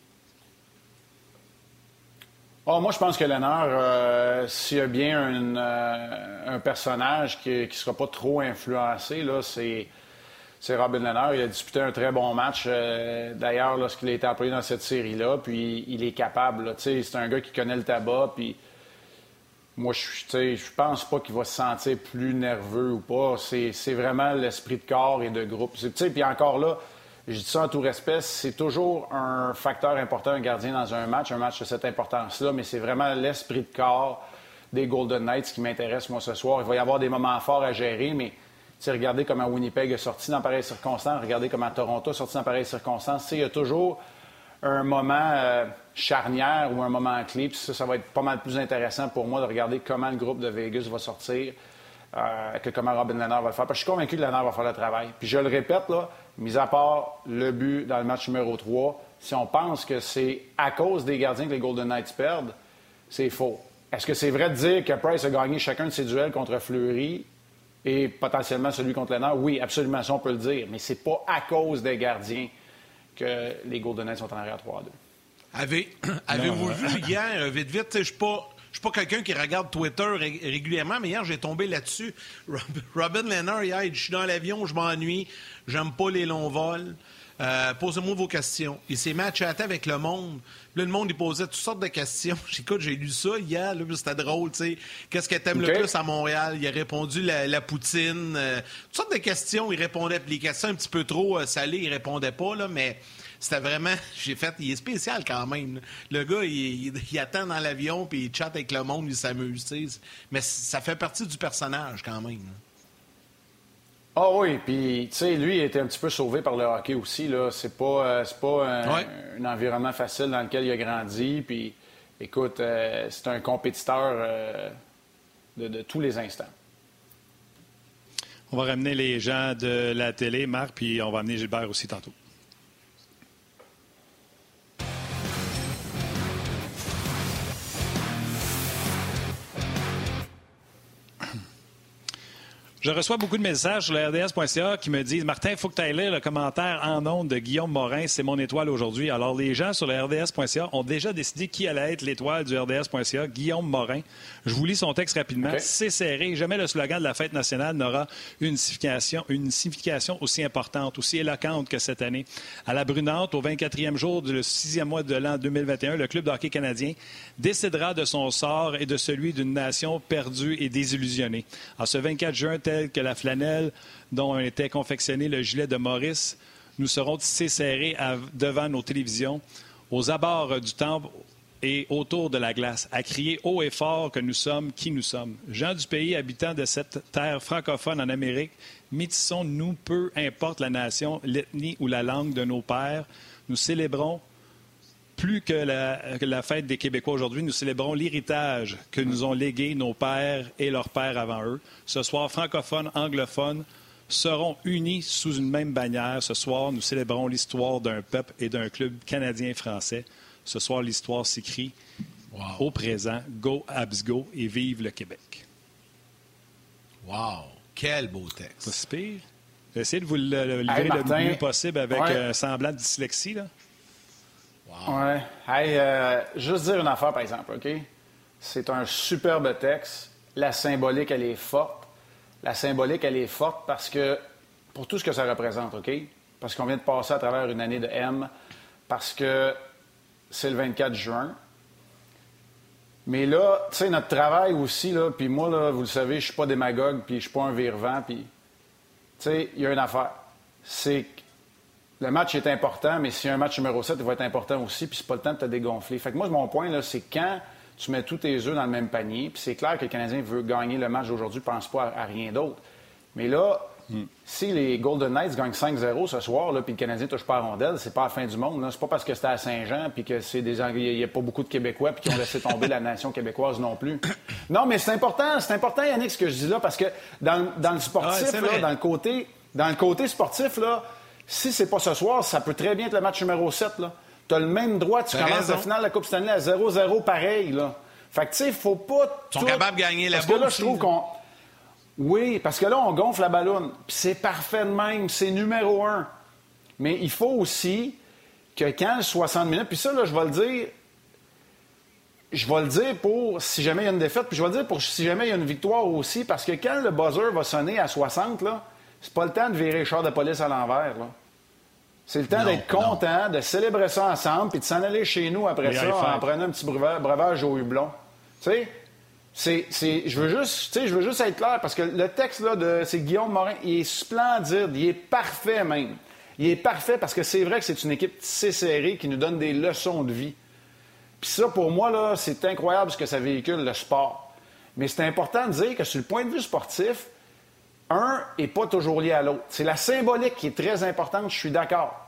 Oh, moi, je pense que Lehner, euh, s'il y a bien un, euh, un personnage qui ne sera pas trop influencé, là, c'est, c'est Robin Lehner. Il a disputé un très bon match, euh, d'ailleurs, lorsqu'il a été appelé dans cette série-là. Puis il est capable. Là, c'est un gars qui connaît le tabac. Puis moi, je je pense pas qu'il va se sentir plus nerveux ou pas. C'est, c'est vraiment l'esprit de corps et de groupe. Puis encore là, je dis ça en tout respect, c'est toujours un facteur important, un gardien dans un match, un match de cette importance-là, mais c'est vraiment l'esprit de corps des Golden Knights qui m'intéresse, moi, ce soir. Il va y avoir des moments forts à gérer, mais regardez comment Winnipeg est sorti dans pareilles circonstances, regardez comment Toronto est sorti dans pareilles circonstances. Il y a toujours un moment euh, charnière ou un moment clé, puis ça, ça va être pas mal plus intéressant pour moi de regarder comment le groupe de Vegas va sortir. Euh, que comment Robin Lehner va le faire. Parce que je suis convaincu que Lehner va faire le travail. Puis je le répète, là, mis à part le but dans le match numéro trois, si on pense que c'est à cause des gardiens que les Golden Knights perdent, c'est faux. Est-ce que c'est vrai de dire que Price a gagné chacun de ses duels contre Fleury et potentiellement celui contre Lehner? Oui, absolument, ça on peut le dire. Mais c'est pas à cause des gardiens que les Golden Knights sont en arrière trois à deux. Avez, avez-vous non, vu hier, vite, vite, je ne suis pas... Je suis pas quelqu'un qui regarde Twitter ré- régulièrement, mais hier, j'ai tombé là-dessus. Robin Lehner, hier, il dit, je suis dans l'avion, je m'ennuie, j'aime pas les longs vols. Euh, posez-moi vos questions. Il s'est mis à chatter avec le monde. Puis là, le monde, il posait toutes sortes de questions. Écoute, j'ai lu ça hier, là, c'était drôle, tu sais. Qu'est-ce que t'aimes okay. le plus à Montréal? Il a répondu la, la poutine. Euh, toutes sortes de questions, il répondait. Puis les questions un petit peu trop euh, salées, il répondait pas, là, mais... C'était vraiment... J'ai fait... Il est spécial quand même. Le gars, il, il, il attend dans l'avion, puis il chatte avec le monde, il s'amuse, tu sais. Mais ça fait partie du personnage quand même. Ah oh oui, puis tu sais, lui, il a été un petit peu sauvé par le hockey aussi, là. C'est pas, euh, c'est pas un, ouais. un environnement facile dans lequel il a grandi, puis... écoute, euh, c'est un compétiteur euh, de, de tous les instants. On va ramener les gens de la télé, Marc, puis on va amener Gilbert aussi tantôt. Je reçois beaucoup de messages sur le R D S point C A qui me disent « Martin, il faut que tu ailles lire le commentaire en ondes de Guillaume Morin, c'est mon étoile aujourd'hui. » Alors, les gens sur le R D S point C A ont déjà décidé qui allait être l'étoile du R D S point C A, Guillaume Morin. Je vous lis son texte rapidement. Okay. C'est serré. Jamais le slogan de la fête nationale n'aura une signification, une signification aussi importante, aussi éloquente que cette année. À la Brunante, au vingt-quatrième jour du sixième mois de l'an deux mille vingt et un, le club de hockey canadien décidera de son sort et de celui d'une nation perdue et désillusionnée. En ce vingt-quatre juin, tel que la flanelle dont était confectionné le gilet de Maurice, nous serons tissés serrés à, devant nos télévisions, aux abords du temple et autour de la glace, à crier haut et fort que nous sommes qui nous sommes. Gens du pays, habitants de cette terre francophone en Amérique, métissons-nous, peu importe la nation, l'ethnie ou la langue de nos pères. Nous célébrons plus que la, que la fête des Québécois aujourd'hui, nous célébrons l'héritage que nous ont légué nos pères et leurs pères avant eux. Ce soir, francophones, anglophones seront unis sous une même bannière. Ce soir, nous célébrons l'histoire d'un peuple et d'un club canadien-français. Ce soir, l'histoire s'écrit wow. Au présent. Go Habs Go et vive le Québec. Wow! Quel beau texte! Pas si pire. Essayez de vous le, le livrer hey, Martin, le mieux possible avec ouais. un semblant de dyslexie, là. Wow. Ouais. Hey, euh, juste dire une affaire, par exemple, OK? C'est un superbe texte. La symbolique, elle est forte. La symbolique, elle est forte parce que, pour tout ce que ça représente, OK? Parce qu'on vient de passer à travers une année de M, parce que c'est le vingt-quatre juin. Mais là, tu sais, notre travail aussi, là, puis moi, là, vous le savez, je suis pas démagogue, puis je suis pas un vire-vent, puis, tu sais, il y a une affaire. C'est que le match est important, mais s'il y a un match numéro sept, il va être important aussi, puis c'est pas le temps de te dégonfler. Fait que moi, mon point, là, c'est quand tu mets tous tes œufs dans le même panier, puis c'est clair que le Canadien veut gagner le match d'aujourd'hui, ne pense pas à, à rien d'autre. Mais là, mm. si les Golden Knights gagnent cinq zéro ce soir, là, puis le Canadien ne touche pas à rondelle, c'est pas la fin du monde. Là. C'est pas parce que c'était à Saint-Jean, puis que c'est des il n'y a pas beaucoup de Québécois, puis qui ont laissé tomber la nation québécoise non plus. Non, mais c'est important, c'est important, Yannick, ce que je dis là, parce que dans, dans le sportif, ah, là, dans le côté, dans le côté sportif, là. Si c'est pas ce soir, ça peut très bien être le match numéro sept. Tu as le même droit, tu commences la finale de la Coupe Stanley à zéro zéro pareil. Là. Fait que, tu sais, il faut pas. Ils sont capables de gagner la bourse. Parce que là, je trouve aussi, qu'on. Oui, parce que là, on gonfle la ballonne. Puis c'est parfait de même. C'est numéro un. Mais il faut aussi que quand le soixante minutes. Puis ça, là, je vais le dire. Je vais le dire pour si jamais il y a une défaite. Puis je vais le dire pour si jamais il y a une victoire aussi. Parce que quand le buzzer va sonner à soixante, là. C'est pas le temps de virer le char de police à l'envers. Là. C'est le temps non, d'être content, non. de célébrer ça ensemble, puis de s'en aller chez nous après Les ça en prenant un petit breuvage, breuvage au hublon. Tu sais, c'est, c'est, je veux juste, tu sais, je veux juste être clair parce que le texte là de, c'est Guillaume Morin, il est splendide, il est parfait même. Il est parfait parce que c'est vrai que c'est une équipe tissée serrée qui nous donne des leçons de vie. Puis ça, pour moi là, c'est incroyable ce que ça véhicule le sport. Mais c'est important de dire que sur le point de vue sportif. Un n'est pas toujours lié à l'autre. C'est la symbolique qui est très importante, je suis d'accord.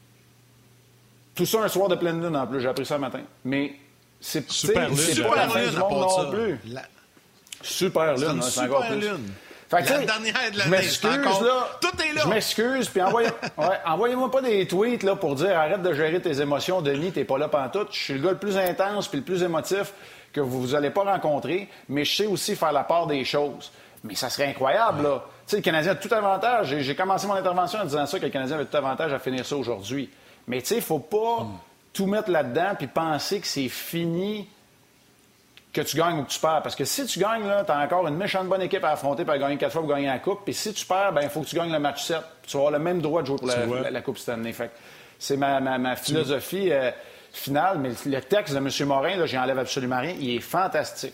Tout ça un soir de pleine lune en plus, j'ai appris ça le matin. Mais c'est, super lune, c'est pas la fin du monde non plus. La... Super lune, c'est, c'est encore plus. Lune. Fait que, la dernière de l'année, je m'excuse, encore... là. Tout est là. Je m'excuse, puis envoyez... ouais, envoyez-moi pas des tweets là, pour dire arrête de gérer tes émotions, Denis, t'es pas là pantoute. Je suis le gars le plus intense puis le plus émotif que vous n'allez pas rencontrer, mais je sais aussi faire la part des choses. Mais ça serait incroyable, là. Tu sais, le Canadien a tout avantage. J'ai, j'ai commencé mon intervention en disant ça, que le Canadien avait tout avantage à finir ça aujourd'hui. Mais tu sais, il ne faut pas mm. tout mettre là-dedans puis penser que c'est fini, que tu gagnes ou que tu perds. Parce que si tu gagnes, là, tu as encore une méchante bonne équipe à affronter pour gagner quatre fois pour gagner la Coupe. Puis si tu perds, ben il faut que tu gagnes le match sept. Tu vas avoir le même droit de jouer pour la, la, la Coupe cette année. Fait que c'est ma, ma, ma philosophie euh, finale. Mais le texte de M. Morin, là, j'y enlève absolument rien. Il est fantastique.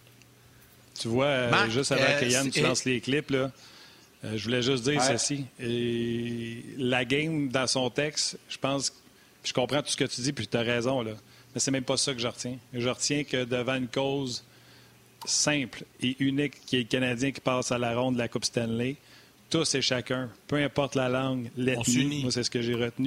Tu vois, euh, Marc, juste avant euh, que Yann tu lances les clips, là, euh, je voulais juste dire ouais. ceci. Et la game, dans son texte, je pense, je comprends tout ce que tu dis, puis tu as raison, là. Mais c'est même pas ça que je retiens. Je retiens que devant une cause simple et unique qui est le Canadien qui passe à la ronde de la Coupe Stanley, tous et chacun, peu importe la langue, l'ethnie, moi c'est ce que j'ai retenu,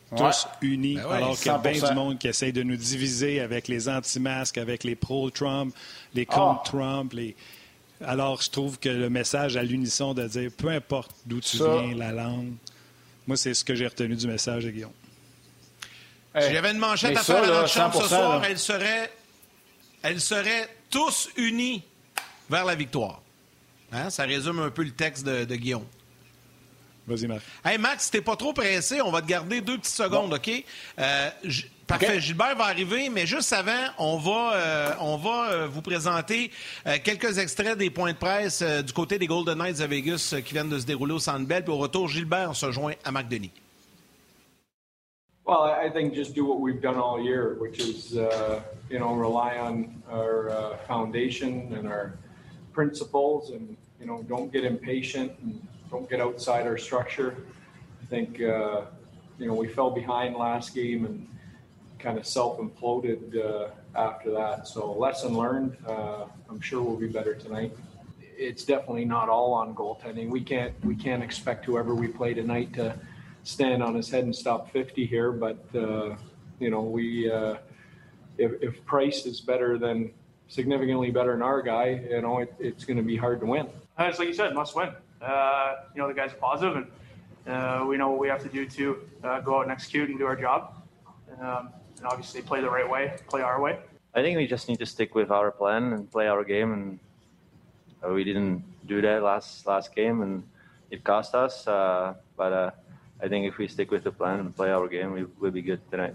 tous ouais. unis, ben ouais, alors qu'il y a bien cent pour cent. du monde qui essaye de nous diviser avec les anti-masques, avec les pro-Trump, les contre-Trump. Les... Alors, je trouve que le message à l'unisson de dire, peu importe d'où tu Ça. viens, la langue, moi, c'est ce que j'ai retenu du message de Guillaume. Si j'avais une manchette mais à ça, faire à là, notre chambre ce cent pour cent, soir, là. elle serait, elle serait tous unis vers la victoire. Hein? Ça résume un peu le texte de, de Guillaume. Vas-y, Marc. Hey Max, si t'es pas trop pressé, on va te garder deux petites secondes, OK? Euh, J- Parfait, OK. Gilbert va arriver, mais juste avant, on va, euh, on va euh, vous présenter euh, quelques extraits des points de presse euh, du côté des Golden Knights de Vegas euh, qui viennent de se dérouler au Centre Bell. Puis au retour, Gilbert se joint à Marc Denis. Well, I think just do what we've done all year, which is, uh, you know, rely on our uh, foundation and our principles and, you know, don't get impatient and don't get outside our structure. I think, uh, you know, we fell behind last game and kind of self-imploded uh, after that. So lesson learned. Uh, I'm sure we'll be better tonight. It's definitely not all on goaltending. We can't we can't expect whoever we play tonight to stand on his head and stop fifty here. But uh, you know, we uh, if, if Price is better than significantly better than our guy, you know, it, it's going to be hard to win. Uh, it's like you said, must win. Uh, you know, the guys are positive, and uh, we know what we have to do to uh, go out and execute and do our job. Um, and obviously play the right way, play our way. I think we just need to stick with our plan and play our game, and uh, we didn't do that last last game, and it cost us. Uh, but uh, I think if we stick with the plan and play our game, we will be good tonight.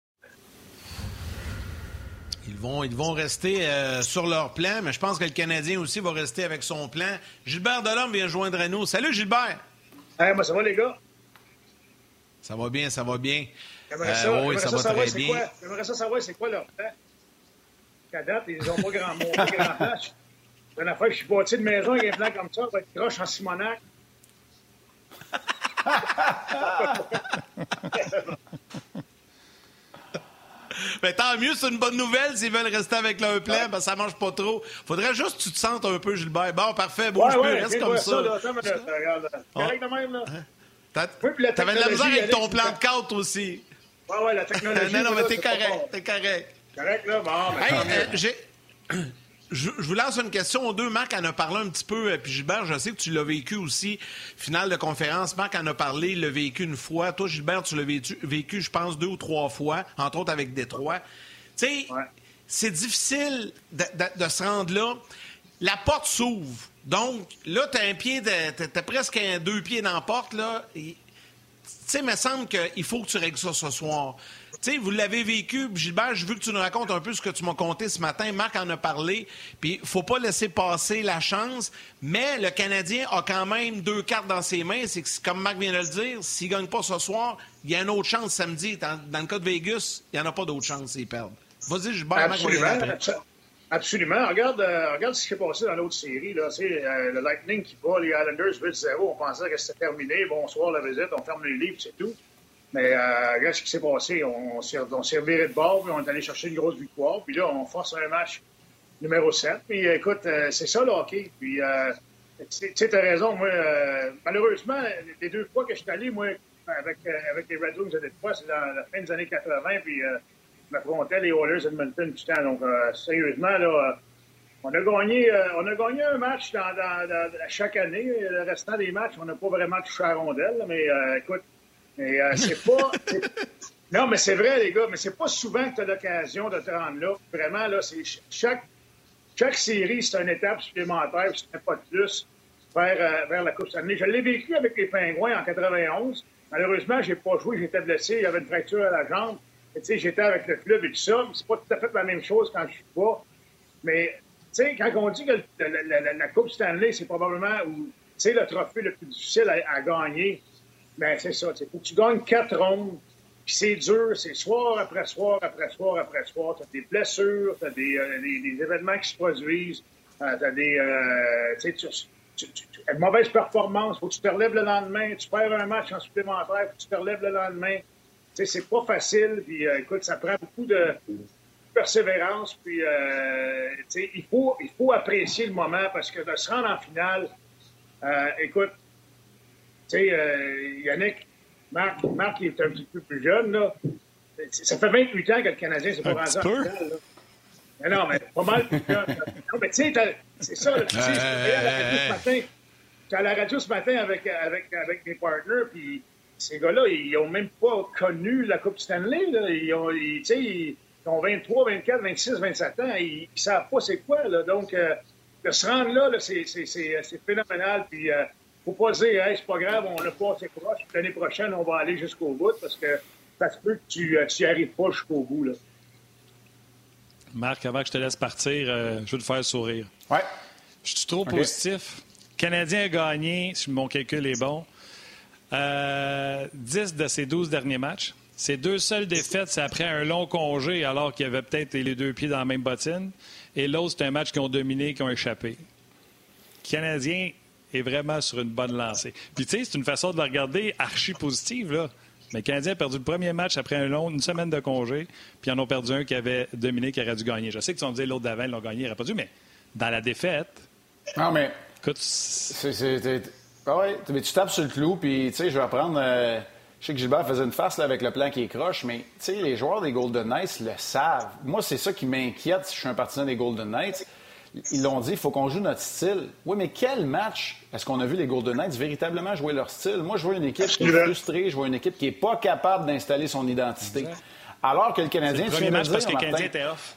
Ils vont, ils vont rester euh, sur leur plan, mais je pense que le Canadien aussi va rester avec son plan. Gilbert Delorme vient joindre à nous. Salut Gilbert! Hey, moi, ça va les gars? Ça va bien, ça va bien. J'aimerais ça, Euh, oui, j'aimerais ça ça va savoir très c'est bien. quoi. J'aimerais ça savoir c'est quoi leur plan. Qu'à date, ils n'ont pas grand monde, pas grand plan. C'est une affaire, je suis bâti de maison avec un plan comme ça, avec une roche en Simonac. Ben, tant mieux, c'est une bonne nouvelle s'ils veulent rester avec leur plan, parce que ça mange pas trop. Faudrait juste que tu te sentes un peu, Gilbert. Bon, parfait, bouge Ouais, plus, ouais, reste viens comme voir ça. ça, là. Attends, mais, euh, regarde, là. Ah. Correct de même, là. T'as- Oui, puis la T'avais de la misère technologie, avec ton Alex, plan ça- de carte aussi. Ouais, ouais, la technologie. non, non, mais là, t'es c'est pas correct, bon. t'es correct. Correct, là, bon, mais Hey, tant mieux. euh, j'ai... Je, je vous lance une question aux deux. Marc en a parlé un petit peu, euh, puis Gilbert, je sais que tu l'as vécu aussi. Finale de conférence, Marc en a parlé, il l'a vécu une fois. Toi, Gilbert, tu l'as vécu, vécu, je pense, deux ou trois fois, entre autres avec Détroit. Tu sais, Ouais. c'est difficile de, de- de se rendre là. La porte s'ouvre. Donc, là, t'as un pied, de, t'as, t'as presque un deux pieds dans la porte, là. Et, tu sais, il me semble qu'il faut que tu règles ça ce soir. Tu sais, vous l'avez vécu, Gilbert, je veux que tu nous racontes un peu ce que tu m'as conté ce matin. Marc en a parlé, puis faut pas laisser passer la chance, mais le Canadien a quand même deux cartes dans ses mains. C'est que, comme Marc vient de le dire, s'il gagne pas ce soir, il y a une autre chance samedi. Dans, dans le cas de Vegas, il n'y en a pas d'autre chance s'ils perdent. Vas-y, Gilbert, Marc, on est là Absolument, après. abso- absolument. Regarde, euh, regarde ce qui s'est passé dans l'autre série. Là. C'est, euh, le Lightning qui bat les Islanders huit zéro. On pensait que c'était terminé. Bonsoir la visite, on ferme les livres, c'est tout. Mais euh, regarde ce qui s'est passé. On, on s'est, on s'est reviré de bord, puis on est allé chercher une grosse victoire. Puis là, on force un match numéro sept. Puis écoute, euh, c'est ça le hockey. Puis, euh, tu sais, t'as raison. Moi, euh, malheureusement, les deux fois que je suis allé, moi, avec, euh, avec les Red Wings de Détroit, c'est dans la fin des années quatre-vingt. Puis, euh, je m'affrontais les Oilers Edmonton tout le temps. Donc, euh, sérieusement, là, euh, on a gagné, euh, on a gagné un match dans, dans, dans, chaque année. Le restant des matchs, on n'a pas vraiment touché à la rondelle. Là, mais euh, écoute, mais, euh, c'est pas. c'est... Non, mais c'est vrai, les gars, mais c'est pas souvent que tu as l'occasion de te rendre là. Vraiment, là, c'est chaque, chaque série, c'est une étape supplémentaire, puis c'est pas de plus vers, euh, vers la Coupe Stanley. Je l'ai vécu avec les Pingouins en quatre-vingt-onze. Malheureusement, j'ai pas joué, j'étais blessé, j'avais une fracture à la jambe. Tu sais, j'étais avec le club et tout ça. C'est pas tout à fait la même chose quand je suis pas. Mais, tu sais, quand on dit que le, la, la, la Coupe Stanley, c'est probablement où, tu sais, le trophée le plus difficile à, à gagner, ben c'est ça. Il faut que tu gagnes quatre rondes. Puis c'est dur, c'est soir après soir après soir après soir. Tu as des blessures, tu as des, euh, des, des événements qui se produisent, euh, tu as des. Euh, tu sais, tu, tu, tu, tu, une mauvaise performance, il faut que tu te relèves le lendemain. Tu perds un match en supplémentaire, il faut que tu te relèves le lendemain. Tu sais, c'est pas facile. Puis euh, écoute, ça prend beaucoup de persévérance. Puis, euh, tu sais, il faut, il faut apprécier le moment parce que de se rendre en finale, euh, écoute, tu sais, euh, Yannick, Marc, Marc, il est un petit peu plus jeune, là. Ça fait vingt-huit ans que le Canadien s'est pas rendu en finale, là. Mais non, mais pas mal plus jeune. Non, mais tu sais, c'est ça, là, tu sais, je suis à la radio ce matin. J'étais à la radio ce matin avec, avec, avec mes partners, puis ces gars-là, ils n'ont même pas connu la Coupe Stanley, là. Ils ont, ils, tu sais, ils ont vingt-trois, vingt-quatre, vingt-six, vingt-sept ans. Ils ne savent pas c'est quoi, là. Donc, euh, de se rendre là, là c'est, c'est, c'est, c'est phénoménal. Puis, euh, faut pas dire, hey, c'est pas grave, on n'a pas assez proche. L'année prochaine, on va aller jusqu'au bout parce que ça se peut que tu n'y arrives pas jusqu'au bout, là. Marc, avant que je te laisse partir, euh, je veux te faire sourire. Ouais. Je suis trop okay. positif. Le Canadien a gagné, si mon calcul est bon, euh, dix de ses douze derniers matchs. Ses deux seules défaites, c'est après un long congé, alors qu'il y avait peut-être les deux pieds dans la même bottine. Et l'autre, c'est un match qu'ils ont dominé, qui ont échappé. Le Canadien est vraiment sur une bonne lancée. Puis, tu sais, c'est une façon de le regarder archi positive, là. Mais le Canadien a perdu le premier match après un long, une semaine de congé, puis ils en ont perdu un qui avait dominé, qui aurait dû gagner. Je sais que si on disait l'autre d'avant, ils l'ont gagné, il n'aurait pas dû, mais dans la défaite... Non, mais... Écoute... C'est, c'est, c'est... Ah ouais, mais tu tapes sur le clou, puis tu sais, je vais apprendre... Euh... Je sais que Gilbert faisait une face là, avec le plan qui est croche, mais tu sais, les joueurs des Golden Knights le savent. Moi, c'est ça qui m'inquiète si je suis un partisan des Golden Knights. Ils l'ont dit, il faut qu'on joue notre style. Oui, mais quel match est-ce qu'on a vu les Golden Knights véritablement jouer leur style? Moi, je vois une équipe qui est frustrée, je vois une équipe qui n'est pas capable d'installer son identité. Exact. Alors que le Canadien... C'est le premier match dire, parce que le Canadien était off.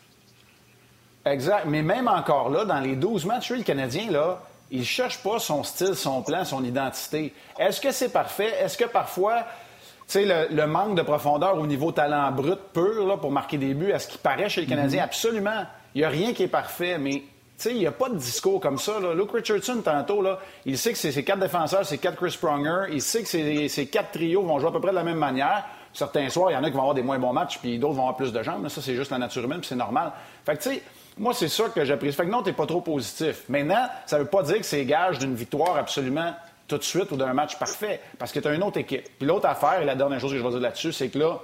Exact. Mais même encore là, dans les douze matchs, le Canadien, là, il ne cherche pas son style, son plan, son identité. Est-ce que c'est parfait? Est-ce que parfois... Tu sais, le, le manque de profondeur au niveau talent brut pur là, pour marquer des buts, est-ce qu'il paraît chez le Canadien? Mm-hmm. Absolument. Il n'y a rien qui est parfait, mais tu sais, il n'y a pas de discours comme ça. Là. Luke Richardson, tantôt, là, il sait que c'est ses quatre défenseurs, c'est quatre Chris Pronger. Il sait que ces, ces quatre trios vont jouer à peu près de la même manière. Certains soirs, il y en a qui vont avoir des moins bons matchs, puis d'autres vont avoir plus de jambes. Là, ça, c'est juste la nature humaine, puis c'est normal. Fait que, tu sais, moi, c'est ça que j'apprécie. Fait que non, t'es pas trop positif. Maintenant, ça veut pas dire que c'est gage d'une victoire absolument tout de suite ou d'un match parfait, parce que tu as une autre équipe. Puis l'autre affaire, et la dernière chose que je vais dire là-dessus, c'est que là,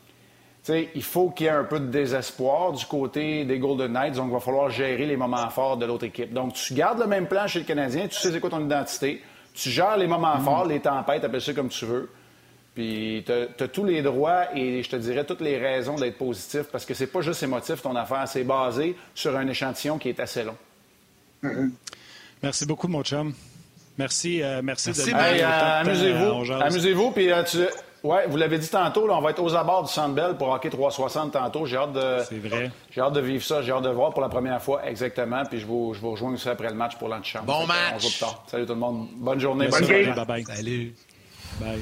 tu sais, il faut qu'il y ait un peu de désespoir du côté des Golden Knights, donc il va falloir gérer les moments forts de l'autre équipe. Donc, tu gardes le même plan chez le Canadien, tu sais c'est quoi ton identité, tu gères les moments mm. forts, les tempêtes, appelle ça comme tu veux, puis tu as tous les droits et je te dirais toutes les raisons d'être positif, parce que c'est pas juste émotif ton affaire, c'est basé sur un échantillon qui est assez long. Mm-hmm. Merci beaucoup, mon chum. Merci, euh, merci, merci de hey, euh, amusez-vous, euh, amusez-vous, puis euh, tu... ouais, vous l'avez dit tantôt, là, on va être aux abords du Centre Bell pour Hockey trois cent soixante tantôt. J'ai hâte de, c'est vrai. J'ai hâte de vivre ça, j'ai hâte de voir pour la première fois exactement, puis je vous, je vous rejoins aussi après le match pour l'antichambre. Bon match. On se voit plus tard. Salut tout le monde, bonne journée, merci, bonne game. Bye bye. Salut. Bye.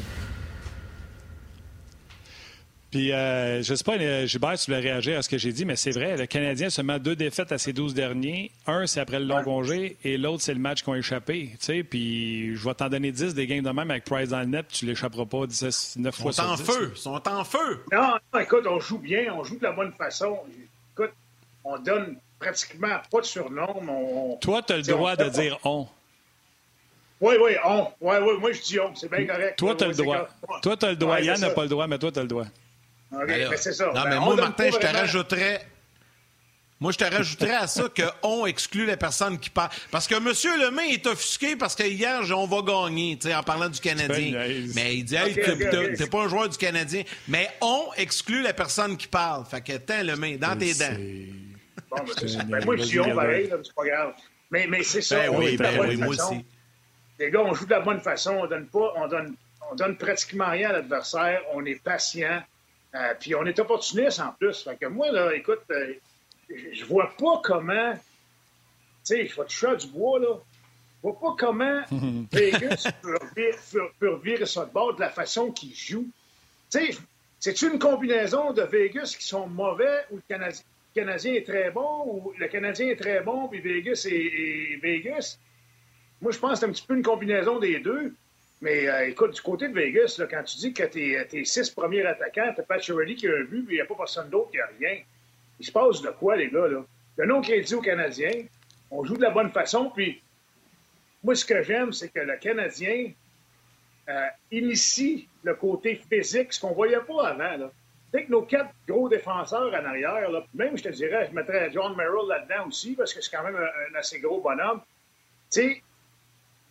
Puis, euh, je ne sais pas, Gilbert, si tu voulais réagir à ce que j'ai dit, mais c'est vrai, le Canadien se met deux défaites à ses douze derniers. Un, c'est après le long congé, et l'autre, c'est le match qu'ils ont échappé. Tu sais, puis je vais t'en donner dix des games de même avec Price dans le net, puis tu l'échapperas pas neuf fois sur dix. Ils sont en feu! Ils sont en feu! Non, non, écoute, on joue bien, on joue de la bonne façon. Écoute, on donne pratiquement pas de surnom. On, Toi, tu as le droit de pas... dire « on ». Oui, oui, on. Oui, oui, moi, je dis « on ». C'est bien correct. Toi, tu as oui, le droit. Comme... Toi, tu as le droit. Ouais, Yann n'a pas le droit, mais toi, tu as le droit. Okay, alors, ben c'est ça. Non, ben, mais moi, Martin, je te vraiment... rajouterais... Moi, je te rajouterais à ça que « on » exclut la personne qui parle. Parce que M. Lemay est offusqué parce que hier, on va gagner, tu sais, en parlant du Canadien. Mais il dit hey, okay, okay, okay. t'es pas un joueur du Canadien. Mais « on » exclut la personne qui parle. Fait que, tiens, Lemay, dans tes dents. Bon, ben, c'est ça. Ben, moi, je dis « on » pareil, là, c'est pas grave. Mais, mais c'est ça. Ben on oui, joue de la ben bonne oui, moi façon. aussi. Les gars, on joue de la bonne façon. On donne pas... On donne, on donne pratiquement rien à l'adversaire. On est patient. Euh, puis on est opportuniste en plus. Fait que moi, là, écoute, euh, je vois pas comment... Tu sais, je vais toucher à du bois, là. Je vois pas comment Vegas peut, peut, peut revirer ça de bord de la façon qu'il joue. Tu sais, c'est-tu une combinaison de Vegas qui sont mauvais ou le Canadien, le Canadien est très bon ou le Canadien est très bon puis Vegas est, est Vegas? Moi, je pense que c'est un petit peu une combinaison des deux. Mais euh, écoute, du côté de Vegas, là, quand tu dis que tes, tes six premiers attaquants, t'as Pacioretty qui a un but, puis il n'y a pas personne d'autre qui a rien. Il se passe de quoi, les gars, là? Le non-crédit aux Canadiens, on joue de la bonne façon, puis moi, ce que j'aime, c'est que le Canadien euh, initie le côté physique, ce qu'on ne voyait pas avant, là. Tu sais que nos quatre gros défenseurs en arrière, là, même, je te dirais, je mettrais John Merrill là-dedans aussi, parce que c'est quand même un, un assez gros bonhomme. Tu sais,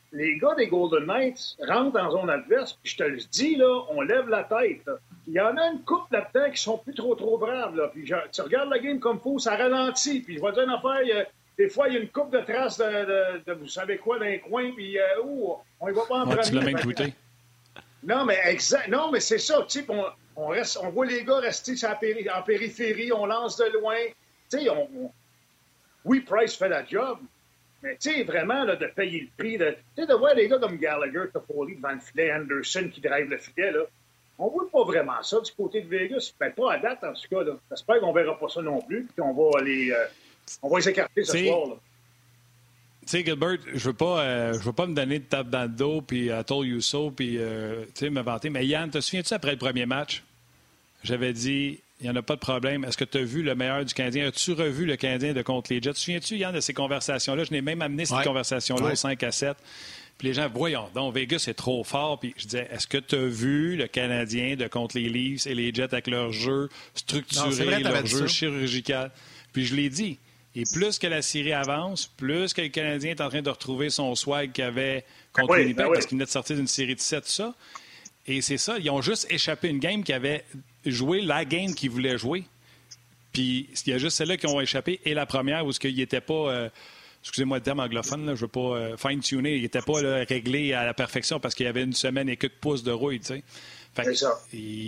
les gars des Golden Knights rentrent dans zone adverse, puis je te le dis, là, on lève la tête. Là. Il y en a une couple là-dedans qui sont plus trop, trop braves. Là. Puis genre, tu regardes la game comme il faut, ça ralentit. Puis je vais te dire une affaire, il y a, des fois, il y a une coupe de traces de, de, de, de vous savez quoi, dans les coins, puis euh, oh, on y va pas en ouais, premier. Tu l'as même tweeté. Non, mais exact. Non, mais c'est ça. Tu sais, on, on, reste, on voit les gars rester sur la péri- en périphérie, on lance de loin. Tu sais, on, on... oui, Price fait la job, mais tu sais, vraiment, là, de payer le prix. De, tu sais, de voir les gars comme Gallagher, Toffoli devant le filet, Anderson qui drive le filet, là. On voit pas vraiment ça du côté de Vegas. Ben, pas à date, en tout cas. Là. J'espère qu'on verra pas ça non plus, puis qu'on va les, euh, on va les écarter ce T'sais, soir, là. Tu sais, Gilbert, je veux pas euh, je veux pas me donner de tape dans le dos, puis I told you so, puis euh, tu sais, me vanter. Mais Yann, te souviens-tu, après le premier match, j'avais dit, il n'y en a pas de problème. Est-ce que tu as vu le meilleur du Canadien? As-tu revu le Canadien de contre les Jets? Te souviens-tu, Yann, de ces conversations-là? Je n'ai même amené cette ouais. conversation-là ouais. au cinq à sept. Puis les gens, voyons donc, Vegas est trop fort. Puis je disais, est-ce que tu as vu le Canadien de contre les Leafs et les Jets avec leur jeu structuré, non, vrai, leur jeu ça. chirurgical? Puis je l'ai dit. Et plus que la série avance, plus que le Canadien est en train de retrouver son swag qu'il avait contre oui, Winnipeg, oui. parce qu'il venait de sortir d'une série de sept, tout ça. Et c'est ça, ils ont juste échappé une game qui avait joué la game qu'ils voulaient jouer. Puis il y a juste celle-là qui ont échappé, et la première, où il n'était pas, euh, excusez-moi le terme anglophone, là, je ne veux pas euh, fine-tuner, il n'était pas là, réglé à la perfection parce qu'il y avait une semaine et quelques pouces de rouille, tu sais. Fait que, c'est ça.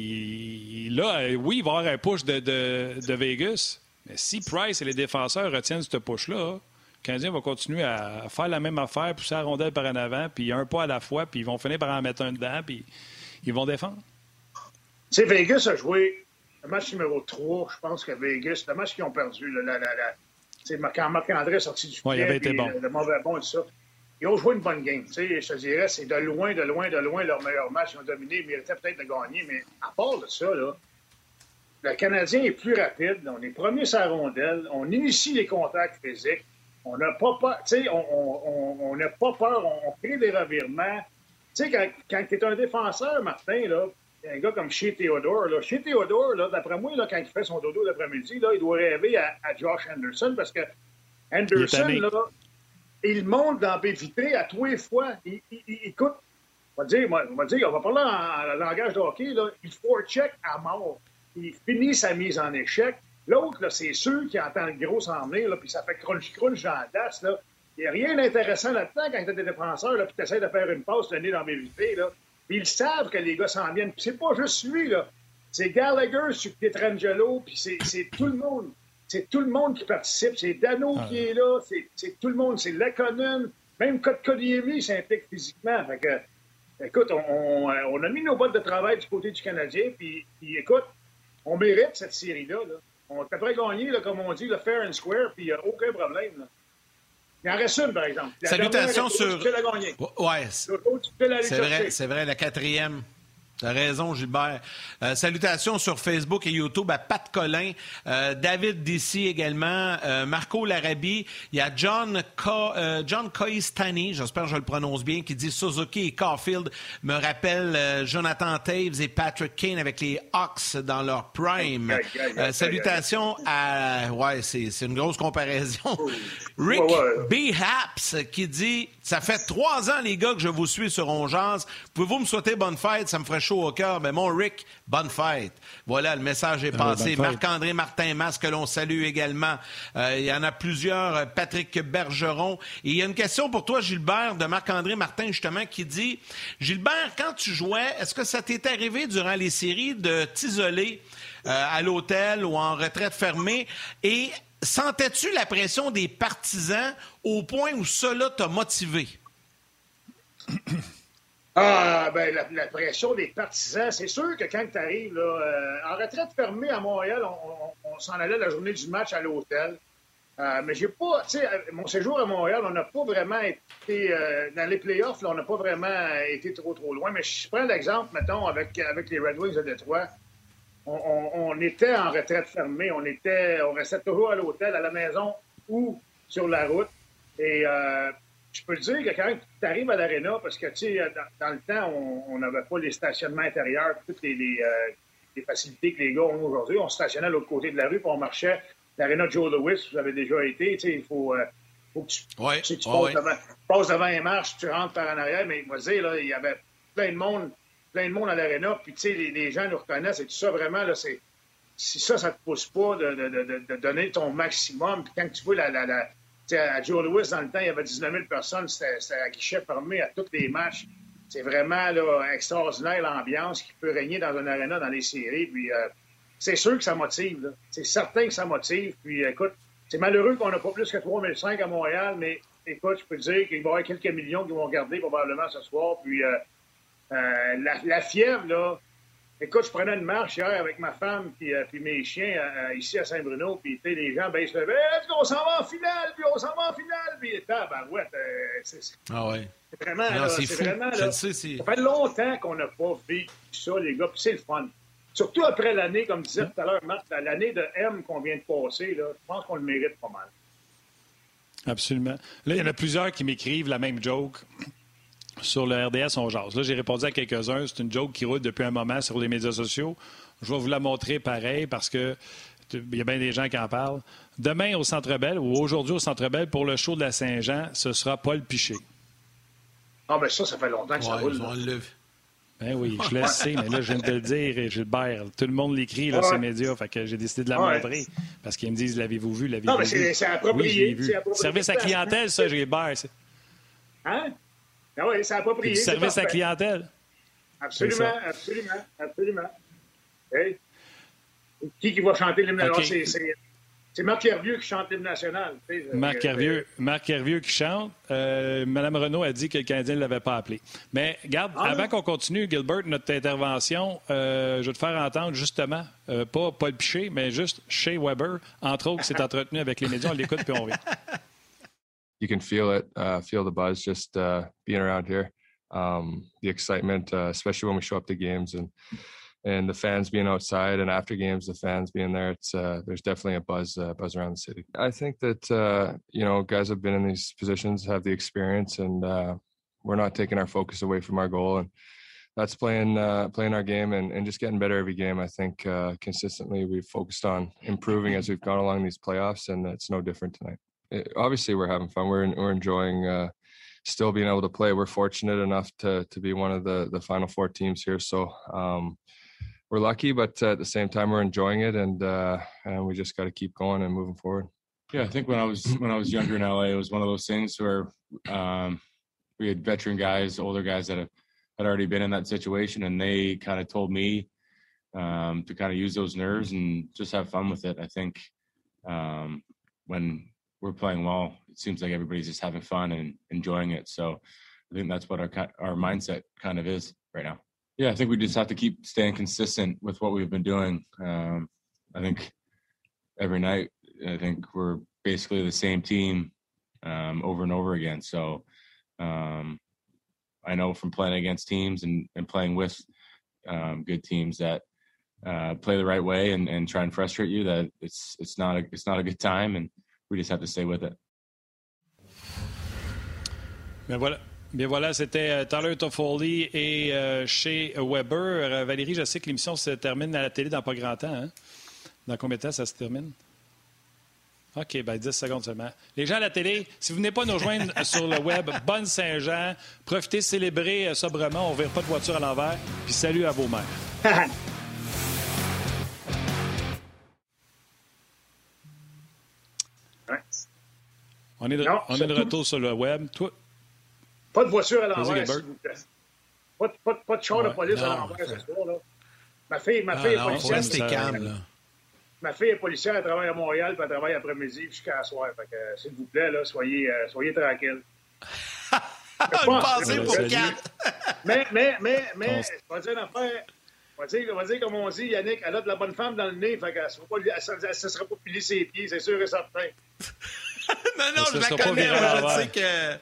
il, là, oui, il va y avoir un push de, de, de Vegas. Mais si Price et les défenseurs retiennent ce push-là, le Canadien va continuer à faire la même affaire, pousser la rondelle par en avant, puis un pas à la fois, puis ils vont finir par en mettre un dedans, puis ils vont défendre. Tu sais, Vegas a joué le match numéro trois, je pense que Vegas, le match qu'ils ont perdu, là, la, la, la, quand Marc-André est sorti du filet, ouais, il avait été bon. Le, le mauvais bon et tout ça. Ils ont joué une bonne game. Tu sais, je te dirais, c'est de loin, de loin, de loin leur meilleur match. Ils ont dominé, ils méritaient peut-être de gagner, mais à part de ça, là, le Canadien est plus rapide. On est premier sur la rondelle. On initie les contacts physiques. On n'a pas peur. Tu sais, on n'a pas peur. On, on crée des revirements. Tu sais, quand, quand tu es un défenseur, Martin, là, un gars comme Shea Theodore, là, Shea Theodore, là, d'après moi, là, quand il fait son dodo l'après-midi, là, il doit rêver à, à Josh Anderson parce que Anderson, il, là, il monte dans baie vitrée à tous les fois. Il, il, il, écoute, on va dire, on va dire, on va parler en, en langage de hockey, là, il forecheck à mort. Il finit sa mise en échec. L'autre, là, c'est ceux qui entendent le gros s'en venir, là, puis ça fait crunch-crunch dans la tasse. Là. Il n'y a rien d'intéressant là-dedans quand tu as des défenseurs, puis tu essaies de faire une passe, le nez dans mes vitrées. Là. Puis ils savent que les gars s'en viennent. Puis c'est pas juste lui, là. C'est Gallagher sur Pietrangelo, puis c'est, c'est tout le monde. C'est tout le monde qui participe. C'est Dano ah. qui est là, c'est, c'est tout le monde. C'est Lekonen. Même Kotkaniemi s'implique physiquement. Fait que, écoute, on, on, on a mis nos bottes de travail du côté du Canadien, puis, puis écoute, on mérite cette série-là. Là. On est prêt à gagner, là, comme on dit, le fair and square, puis il n'y a aucun problème. Là. Il en reste une, par exemple. La Salutations sur... Tu peux la gagner. Ouais, c'est, c'est vrai, c'est vrai, la quatrième. T'as raison, Gilbert. Euh, salutations sur Facebook et YouTube à Pat Collin, euh, David Dissy également, euh, Marco Larabie. Il y a John Co- euh, John Koistani, j'espère que je le prononce bien, qui dit Suzuki et Caulfield me rappellent euh, Jonathan Taves et Patrick Kane avec les Hawks dans leur prime. Euh, salutations à... Ouais, c'est, c'est une grosse comparaison. Rick B. Haps qui dit ça fait trois ans, les gars, que je vous suis sur On Jase. Pouvez-vous me souhaiter bonne fête? Ça me ferait chaud au cœur. Mais mon Rick, bonne fête. Voilà, le message est passé. Euh, Marc-André Martin-Mas, que l'on salue également. Euh, il y en a plusieurs. Patrick Bergeron. Et il y a une question pour toi, Gilbert, de Marc-André Martin, justement, qui dit Gilbert, quand tu jouais, est-ce que ça t'est arrivé durant les séries de t'isoler euh, à l'hôtel ou en retraite fermée? Et sentais-tu la pression des partisans au point où cela t'a motivé? Ah, ben la, la pression des partisans, c'est sûr que quand tu arrives là, euh, en retraite fermée à Montréal, on, on, on s'en allait la journée du match à l'hôtel. Euh, mais j'ai pas, tu sais, mon séjour à Montréal, on n'a pas vraiment été, euh, dans les playoffs, là, on n'a pas vraiment été trop, trop loin. Mais je prends l'exemple, mettons, avec, avec les Red Wings de Détroit. On, on, on était en retraite fermée, on était, on restait toujours à l'hôtel, à la maison ou sur la route. Et euh, je peux te dire que quand tu arrives à l'aréna, parce que, tu sais, dans, dans le temps, on n'avait pas les stationnements intérieurs, toutes les, les, euh, les facilités que les gars ont aujourd'hui. On se stationnait à l'autre côté de la rue, puis on marchait. L'aréna Joe Louis, vous avez déjà été, tu sais, il faut... Euh, Faut que tu, ouais. tu, sais, tu oh, passes, ouais. devant, passes devant les marches, tu rentres par en arrière, mais il va dire, là, il y avait plein de monde, plein de monde à l'aréna, puis tu sais, les, les gens nous reconnaissent, et tout ça, vraiment, là, c'est si ça, ça te pousse pas de, de, de, de donner ton maximum, puis quand tu vois la... la, la tu sais, à Joe Louis, dans le temps, il y avait dix-neuf mille personnes, c'était, c'était à guichet fermé à tous les matchs. C'est vraiment là, extraordinaire l'ambiance qui peut régner dans un aréna dans les séries, puis euh, c'est sûr que ça motive, là. C'est certain que ça motive, puis écoute, c'est malheureux qu'on n'a pas plus que trois mille cinq à Montréal, mais écoute, je peux te dire qu'il va y avoir quelques millions qui vont regarder probablement ce soir. Puis euh, euh, la, la fièvre, là, écoute, je prenais une marche hier avec ma femme puis, euh, puis mes chiens euh, ici à Saint-Bruno, puis les gens, ben, ils se levaient, hey, on s'en va en finale, puis on s'en va en finale, puis ben ouais, euh, c'est, c'est, ah ouais. c'est vraiment, non, là, c'est, c'est fou. vraiment, Je là, le sais, c'est... ça fait longtemps qu'on n'a pas vécu ça, les gars, puis c'est le fun. Surtout après l'année, comme disait tout à l'heure Marc, l'année de M qu'on vient de passer, là, je pense qu'on le mérite pas mal. Absolument. Là, il y en a plusieurs qui m'écrivent la même joke sur le R D S On Jase. Là, j'ai répondu à quelques-uns. C'est une joke qui roule depuis un moment sur les médias sociaux. Je vais vous la montrer pareil parce que il y a bien des gens qui en parlent. Demain au Centre Bell ou aujourd'hui au Centre Bell pour le show de la Saint-Jean, ce sera Paul Piché. Ah, ben ça, ça fait longtemps que ça ouais, roule. Ben oui, je le sais, mais là, je viens de te le dire, Gilbert. Tout le monde l'écrit là, ouais. sur les médias, fait que j'ai décidé de la ouais. montrer. Parce qu'ils me disent, l'avez-vous vu, l'avez-vous non, mais vu? c'est, c'est approprié. Oui, vu. Approprié. Service à clientèle, ça, Gilbert. C'est... Hein? Ah oui, c'est approprié. C'est service c'est à clientèle. Absolument, absolument, absolument. Hey. Qui qui va chanter l'hymne national? Okay. C'est, c'est, c'est Marc Hervieux qui chante l'hymne national. Tu sais, Marc, euh, Hervieux, Marc Hervieux qui chante. Euh, Mme Renaud a dit que le Canadien ne l'avait pas appelé. Mais regarde, ah, avant non. qu'on continue, Gilbert, notre intervention, euh, je vais te faire entendre justement, euh, pas Paul Piché, mais juste Shea Weber, entre autres, qui s'est entretenu avec les médias. On l'écoute puis on revient. You can feel it, uh, feel the buzz just uh, being around here. Um, the excitement, uh, especially when we show up to games and and the fans being outside, and after games, the fans being there. It's uh, there's definitely a buzz uh, buzz around the city. I think that uh, you know guys have been in these positions, have the experience, and uh, we're not taking our focus away from our goal, and that's playing uh, playing our game and, and just getting better every game. I think uh, consistently we've focused on improving as we've gone along these playoffs, and it's no different tonight. It, obviously, we're having fun. We're we're enjoying uh, still being able to play. We're fortunate enough to to be one of the the Final Four teams here, so. Um, We're lucky, but uh, at the same time, we're enjoying it, and uh, and we just got to keep going and moving forward. Yeah, I think when I was when I was younger in L A, it was one of those things where um, we had veteran guys, older guys that have, had already been in that situation, and they kind of told me um, to kind of use those nerves and just have fun with it. I think um, when we're playing well, it seems like everybody's just having fun and enjoying it. So I think that's what our our mindset kind of is right now. Yeah, I think we just have to keep staying consistent with what we've been doing. Um, I think every night, I think we're basically the same team um, over and over again. So um, I know from playing against teams and, and playing with um, good teams that uh, play the right way and, and try and frustrate you, that it's it's not a, it's not a good time, and we just have to stay with it. Mais voilà. Bien voilà, c'était Tyler Toffoli et euh, Shea Weber. Euh, Valérie, je sais que l'émission se termine à la télé dans pas grand temps. Hein? Dans combien de temps ça se termine? OK, bien dix secondes seulement. Les gens à la télé, si vous venez pas nous rejoindre sur le web, bonne Saint-Jean. Profitez, célébrer sobrement. On ne vire pas de voiture à l'envers. Puis salut à vos mères. on est de, non, on est de retour sur le web. Toi... Pas de voiture à l'envers, s'il vous plaît. Pas, pas, pas de char ouais, de police non, à l'envers ce soir, là. Ma fille, ma fille ah, est non, policière. Rester calme, là. Ma fille est policière, elle travaille à Montréal, puis elle travaille après-midi jusqu'à la soirée. Fait que, euh, s'il vous plaît, là, soyez, euh, soyez tranquilles. Une pensée pour quatre. Mais, mais, mais, mais, je vais dire une affaire. On va dire, on va dire, comme on dit, Yannick, elle a de la bonne femme dans le nez, fait qu'elle ne se sera pas pilée ses pieds, c'est sûr et certain. non, non, je la connais, moi, je sais que...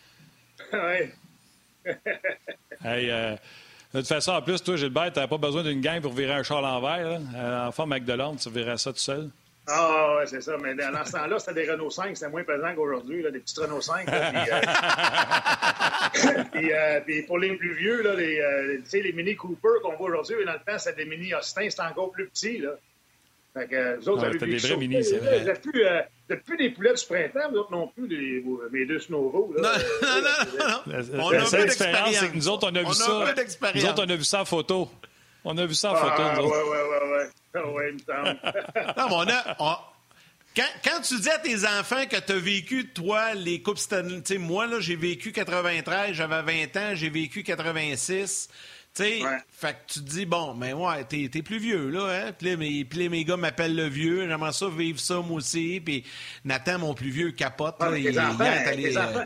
Oui. hey, euh, de toute façon, en plus, toi, Gilbert, tu n'avais pas besoin d'une gang pour virer un char à l'envers. Euh, en forme avec de l'ordre, tu virais ça tout seul. Ah, oui, c'est ça. Mais dans ce temps-là, c'était des Renault cinq. C'était moins pesant qu'aujourd'hui, là, des petites Renault cinq. Là, puis, euh... puis, euh, puis pour les plus vieux, là, les, euh, les Mini Cooper qu'on voit aujourd'hui, dans le temps, c'était des Mini Austin. C'était encore plus petit. Là. Fait que, vous autres, ah, avez t'as vu des vrais ça. minis, c'est vrai. Vous n'êtes plus, euh, plus des poulets du printemps, vous autres non plus, les, mes deux snowros. Non, non, non, non. La, on la a seule un peu différence, c'est que nous autres, on a vu on ça. A un nous autres, on a vu ça en photo. On a vu ça en photo, ah, nous ouais, autres. ouais, ouais, ouais. Ah, ouais, il me semble. non, mais on a... On... Quand, quand tu dis à tes enfants que tu as vécu, toi, les Coupes Stanley, tu sais, moi, là, j'ai vécu quatre-vingt-treize, j'avais vingt ans, j'ai vécu quatre-vingt-six. Tu sais, ouais. fait que tu te dis, bon, mais ouais, t'es, t'es plus vieux, là, hein? Puis là, mes, puis là, mes gars m'appellent le vieux, j'aimerais ça vivre ça, moi aussi. Puis Nathan, mon plus vieux, capote. Ah, là, tes il, enfants, hier, tes allé, enfants. Euh...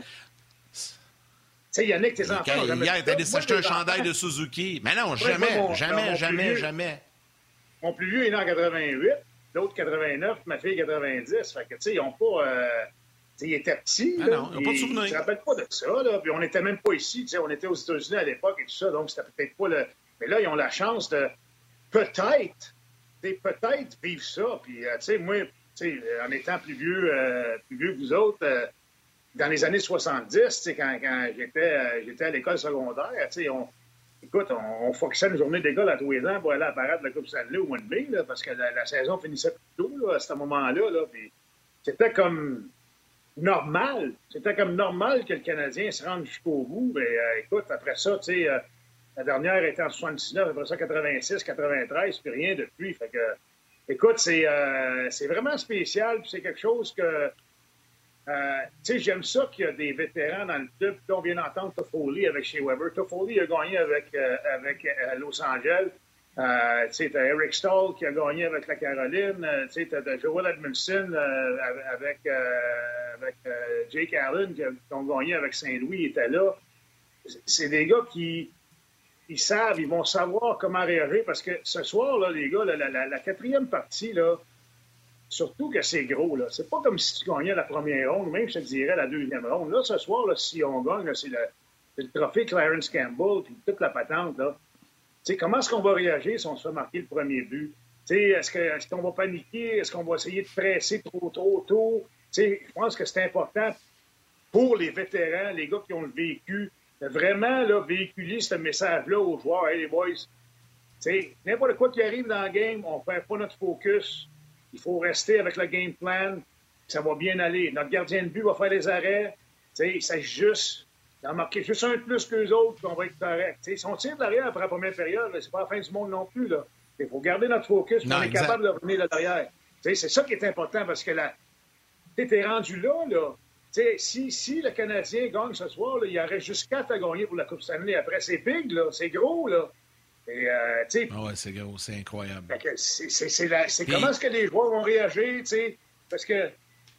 Tu sais, Yannick, tes enfants. Quand, jamais hier, t'es allé s'acheter un chandail enfants. de Suzuki. Mais non, Ouais, jamais, moi, mon, jamais, mon jamais, vieux, jamais. Mon plus vieux est né en quatre-vingt-huit, l'autre quatre-vingt-neuf, ma fille quatre-vingt-dix. Fait que, tu sais, ils n'ont pas. Euh... Ils étaient petits. Ah là, non, ils n'ont pas de souvenirs. Ils ne se rappellent pas de ça. Là. Puis on n'était même pas ici. Tu sais, on était aux États-Unis à l'époque et tout ça. Donc, c'était peut-être pas le. Mais là, ils ont la chance de peut-être, peut-être vivre ça. Puis, euh, tu sais, moi, tu sais, en étant plus vieux, euh, plus vieux que vous autres, euh, dans les années soixante-dix, tu sais, quand, quand j'étais, euh, j'étais à l'école secondaire, tu sais, on. Écoute, on, on focusait une journée d'école à tous les ans pour aller à la parade de la Coupe Stanley au mois de mai, là, parce que la, la saison finissait plus tôt là, à ce moment-là. Là, puis c'était comme normal. C'était comme normal que le Canadien se rende jusqu'au bout. Mais euh, écoute, après ça, tu sais, euh, la dernière était en soixante-dix-neuf, après ça, quatre-vingt-six, quatre-vingt-treize, puis rien depuis. Fait que, écoute, c'est, euh, c'est vraiment spécial, puis c'est quelque chose que. Euh, tu sais, j'aime ça qu'il y a des vétérans dans le club. Puis on vient d'entendre Toffoli avec chez Weber. Toffoli a gagné avec, euh, avec euh, Los Angeles. Euh, tu sais, t'as Eric Stahl qui a gagné avec la Caroline. Euh, tu sais, t'as Joel Edmondson euh, avec, euh, avec euh, Jake Allen qui, a, qui ont gagné avec Saint-Louis. Il était là. C'est des gars qui ils savent, ils vont savoir comment réagir parce que ce soir, là, les gars, la, la, la quatrième partie, là, surtout que c'est gros, là. C'est pas comme si tu gagnais la première ronde, même je te dirais la deuxième ronde. Là, ce soir, là, si on gagne, là, c'est, le, c'est le trophée Clarence Campbell puis toute la patente, là. Tu sais, comment est-ce qu'on va réagir si on se fait marquer le premier but? Tu sais, est-ce, que, est-ce qu'on va paniquer? Est-ce qu'on va essayer de presser trop, trop tôt? Tu sais, je pense que c'est important pour les vétérans, les gars qui ont le vécu, de vraiment, là, véhiculer ce message-là aux joueurs. Hey, les boys, tu sais, n'importe quoi qui arrive dans le game, on ne perd pas notre focus. Il faut rester avec le game plan. Ça va bien aller. Notre gardien de but va faire les arrêts. T'sais, il s'agit juste d'en marquer juste un de plus qu'eux autres, puis on va être correct. T'sais, si on tire de l'arrière après la première période, c'est pas la fin du monde non plus. Là. Il faut garder notre focus, puis on est capable de revenir de l'arrière. T'sais, c'est ça qui est important, parce que la... t'es rendu là, là. T'sais, si, si le Canadien gagne ce soir, là, il y aurait juste quatre à gagner pour la Coupe Stanley. Après, c'est big, là. C'est gros, là. Et, euh, ah ouais, c'est gros, c'est incroyable. C'est, c'est, c'est, la, c'est Puis... comment est-ce que les joueurs vont réagir, t'sais, parce que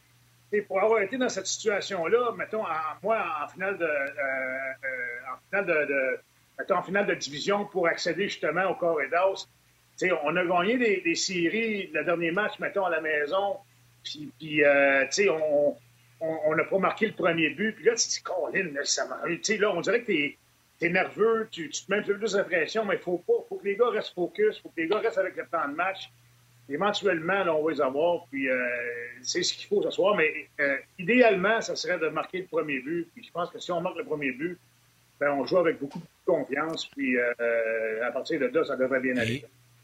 pour avoir été dans cette situation-là, mettons, en, moi, en finale de, euh, euh, en finale de, de mettons, en finale de division pour accéder justement au Corridors, on a gagné des, des séries, le dernier match, mettons, à la maison, puis, puis euh, on on n'a pas marqué le premier but, puis là, tu te dis, Colin, ça m'a... Là, on dirait que t'es T'es nerveux, tu, tu te mets un peu plus de pression, mais il faut pas. faut que les gars restent focus, il faut que les gars restent avec le plan de match. Éventuellement, là, on va les avoir, puis euh, c'est ce qu'il faut ce soir. Mais euh, idéalement, ça serait de marquer le premier but. Puis je pense que si on marque le premier but, ben, on joue avec beaucoup de confiance, puis euh, à partir de là, ça devrait bien aller.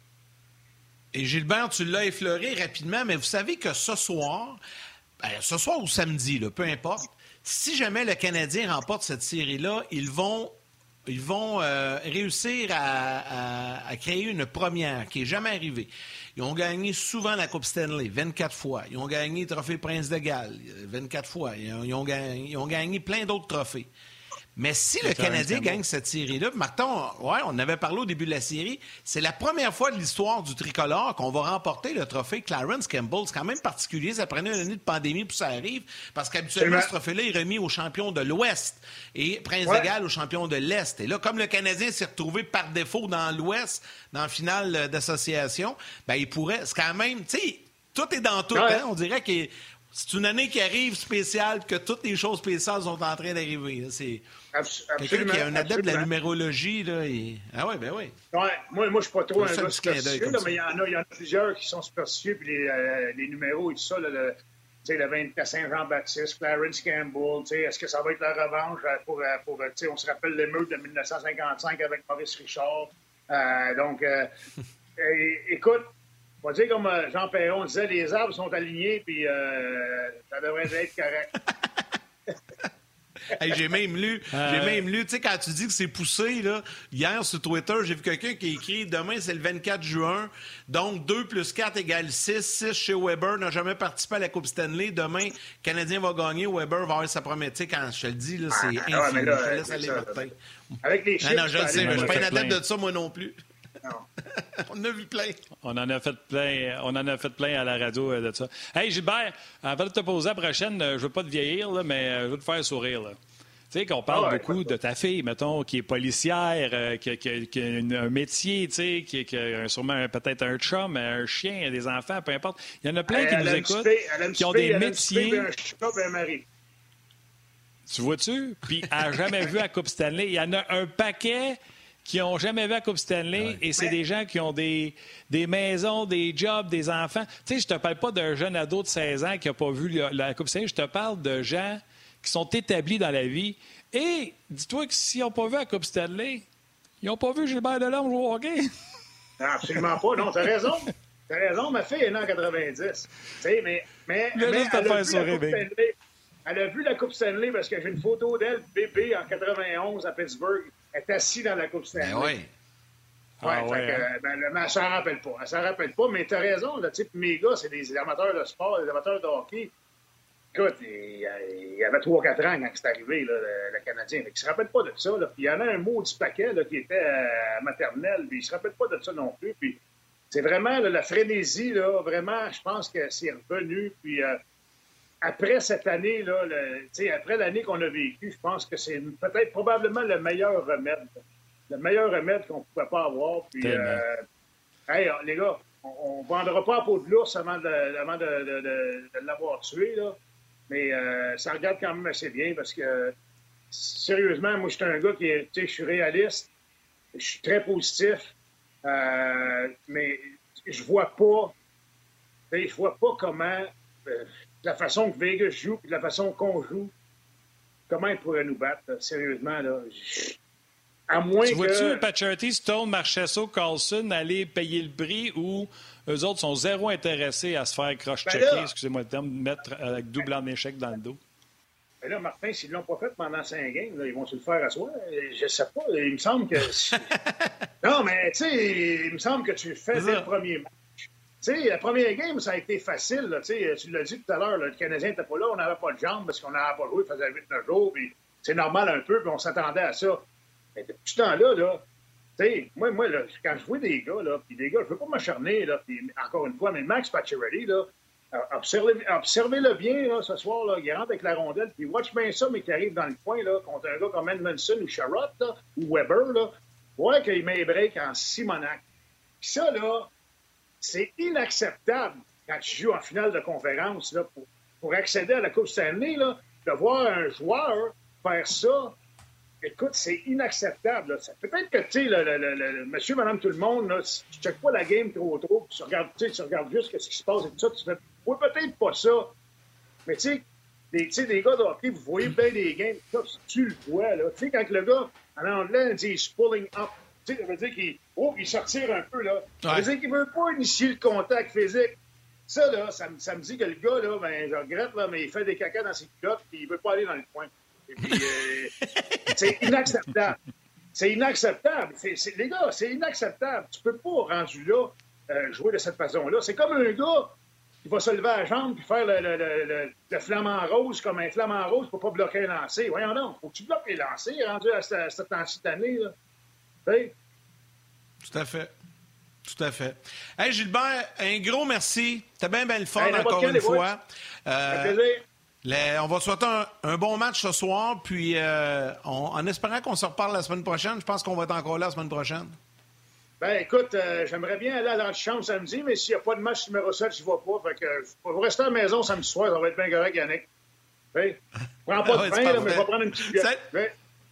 Et, et Gilbert, tu l'as effleuré rapidement, mais vous savez que ce soir, ben, ce soir ou samedi, là, peu importe, si jamais le Canadien remporte cette série-là, ils vont... Ils vont euh, réussir à, à, à créer une première qui n'est jamais arrivée. Ils ont gagné souvent la Coupe Stanley, vingt-quatre fois. Ils ont gagné le Trophée Prince de Galles, vingt-quatre fois. Ils ont, ils ont, gagné, ils ont gagné plein d'autres trophées. Mais si le Canadien gagne cette série-là, Martin, ouais, on avait parlé au début de la série, c'est la première fois de l'histoire du tricolore qu'on va remporter le trophée Clarence Campbell. C'est quand même particulier, ça prenait une année de pandémie pour que ça arrive, parce qu'habituellement, ce trophée-là est remis aux champions de l'Ouest et Prince ouais. de Galles aux champions de l'Est. Et là, comme le Canadien s'est retrouvé par défaut dans l'Ouest, dans la finale d'association, ben il pourrait, c'est quand même, tu sais, tout est dans tout, ouais. hein? On dirait que c'est une année qui arrive spéciale, que toutes les choses spéciales sont en train d'arriver. C'est quelqu'un qui est un adepte de la numérologie. Là, et... Ah oui, ben oui. Ouais, moi, moi je ne suis pas trop un gars superstitieux, là, mais il y, en a, il y en a plusieurs qui sont superstitieux, puis les, euh, les numéros et tout ça, là, le, le vingt-quatre Saint-Jean-Baptiste, Clarence Campbell, est-ce que ça va être la revanche pour, pour, pour on se rappelle l'émeute de dix-neuf cinquante-cinq avec Maurice Richard. Euh, donc, euh, et, écoute, On va dire comme euh, Jean Perron disait, les arbres sont alignés, puis euh, ça devrait être correct. Hey, j'ai même lu, euh... j'ai même lu, tu sais, quand tu dis que c'est poussé, là, hier sur Twitter, j'ai vu quelqu'un qui a écrit « Demain, c'est le vingt-quatre juin, donc deux plus quatre égale six. six chez Weber, n'a jamais participé à la Coupe Stanley. Demain, le Canadien va gagner, Weber va avoir sa première. » Tu sais, quand je te le dis, là, c'est ah, infini. Là, je te laisse aller, Martin. Avec les chiffres... Non, non, je le sais, je ne suis pas un adepte plein. de ça, moi non plus. On en a vu plein. On en a fait plein, on en a fait plein à la radio de ça. Hey, Gilbert, avant de te poser la prochaine, je veux pas te vieillir, là, mais je veux te faire sourire, là. Tu sais, qu'on parle ah ouais, beaucoup de ta fille, mettons, qui est policière, euh, qui, qui, qui a une, un métier, tu sais, qui, qui a sûrement un, peut-être un chum, un chien, des enfants, peu importe. Il y en a plein elle, qui elle nous écoutent, souper, qui ont souper, des métiers. Un chat, un mari. Tu vois-tu? Puis elle n'a jamais vu la Coupe Stanley. Il y en a un paquet qui n'ont jamais vu la Coupe Stanley, ouais. Et c'est des gens qui ont des, des maisons, des jobs, des enfants. Tu sais, je te parle pas d'un jeune ado de seize ans qui n'a pas vu la, la Coupe Stanley, je te parle de gens qui sont établis dans la vie. Et dis-toi que s'ils n'ont pas vu la Coupe Stanley, ils n'ont pas vu Gilbert Delorme jouer au hockey. Non, absolument pas. Non, t'as raison. T'as raison, ma fille est née en quatre-vingt-dix. Tu sais, mais, mais, mais elle, a vu sourire, Stanley, elle a vu la Coupe Stanley parce que j'ai une photo d'elle, bébé, en quatre-vingt-onze à Pittsburgh. Elle est assise dans la Coupe Stanley. Ben oui. Ouais, ah, ouais, que, hein? ben, mais elle s'en rappelle pas. Elle s'en rappelle pas, mais t'as raison. Là, mes gars, c'est des amateurs de sport, des amateurs de hockey. Écoute, il y avait trois quatre ans quand c'est arrivé, là, le, le Canadien. Il ne se rappelle pas de ça. Là. Puis il y en a un mot du paquet là, qui était à maternelle, puis il ne se rappelle pas de ça non plus. Puis c'est vraiment là, la frénésie, là, vraiment, je pense que c'est revenu. Puis euh, après cette année, là, le, après l'année qu'on a vécue, je pense que c'est peut-être probablement le meilleur remède. Le meilleur remède qu'on ne pouvait pas avoir. Puis, euh, hey, les gars, on ne vendra pas à peau de l'ours avant de, avant de, de, de, de l'avoir tué, là. Mais euh, ça regarde quand même assez bien parce que, sérieusement, moi, je suis un gars qui est, tu sais, je suis réaliste, je suis très positif, euh, mais je vois pas, je vois pas comment, euh, la façon que Vegas joue et la façon qu'on joue, comment ils pourraient nous battre, là, sérieusement, là. À moins tu que... vois-tu Pacioretty, Stone, Marchessault, Carlson aller payer le prix ou eux autres sont zéro intéressés à se faire croche-checker, ben excusez-moi le terme, mettre avec double en échec dans le dos? Ben là, Martin, s'ils ne l'ont pas fait pendant cinq games, là, ils vont se le faire à soi. Je sais pas. Il me semble que... non, mais tu sais, il me semble que tu le fais dès le premier match. Tu sais, la première game, ça a été facile. Là, tu l'as dit tout à l'heure, le Canadien n'était pas là, on n'avait pas de jambes parce qu'on n'avait pas joué, il faisait huit neuf jours, puis c'est normal un peu, puis on s'attendait à ça. Mais depuis ce temps-là, là, tu sais, moi, moi là, quand je vois des gars, là, puis des gars, je veux pas m'acharner, là, puis encore une fois, mais Max Pacioretty, là, observez, observez-le bien, là, ce soir, là, il rentre avec la rondelle, puis watch bien ça, mais qui arrive dans le coin, là, contre un gars comme Edmondson ou Sherrod, là, ou Weber, là, ouais, qu'il met les breaks en Simonac. Puis ça, là, c'est inacceptable quand tu joues en finale de conférence, là, pour, pour accéder à la Coupe Stanley, là, de voir un joueur faire ça. Écoute, c'est inacceptable. Là. Peut-être que, tu sais, le, le, le, le monsieur, madame, tout le monde, là, si tu ne checkes pas la game trop trop, puis tu regardes, tu regardes juste ce qui se passe et tout ça, tu fais, oui, peut-être pas ça. Mais tu sais, des, des gars de hockey, vous voyez bien des games, ça, tu le vois, là. Tu sais, quand le gars, en anglais, il dit « he's pulling up », tu sais, ça veut dire qu'il oh, il sortir un peu, là. Ça veut dire qu'il ne veut pas initier le contact physique. Ça, là, ça, ça me dit que le gars, là, ben, je regrette, là, mais il fait des caca dans ses culottes, puis il ne veut pas aller dans le coin. Et puis, euh, c'est inacceptable. C'est inacceptable. C'est, c'est, les gars, c'est inacceptable. Tu peux pas, rendu là, euh, jouer de cette façon-là. C'est comme un gars qui va se lever à la jambe et faire le, le, le, le, le flamant rose comme un flamant rose pour pas bloquer un lancer. Voyons donc, faut que tu bloques les lancers rendu à cette, cette, cette année. Là. Hey. Tout à fait. Tout à fait. Hey, Gilbert, un gros merci. T'as bien, bien le fun hey, encore une fois. Euh, Les, on va souhaiter un, un bon match ce soir, puis euh, on, en espérant qu'on se reparle la semaine prochaine. Je pense qu'on va être encore là la semaine prochaine. Ben écoute, euh, j'aimerais bien aller à l'antichambre samedi, mais s'il n'y a pas de match numéro sept, je ne vais pas. Fait que je vais rester à la maison samedi soir, ça va être bien correct, Yannick. Hey, prends pas ah de pain, là, mais je vais prendre une petite bière. Hey.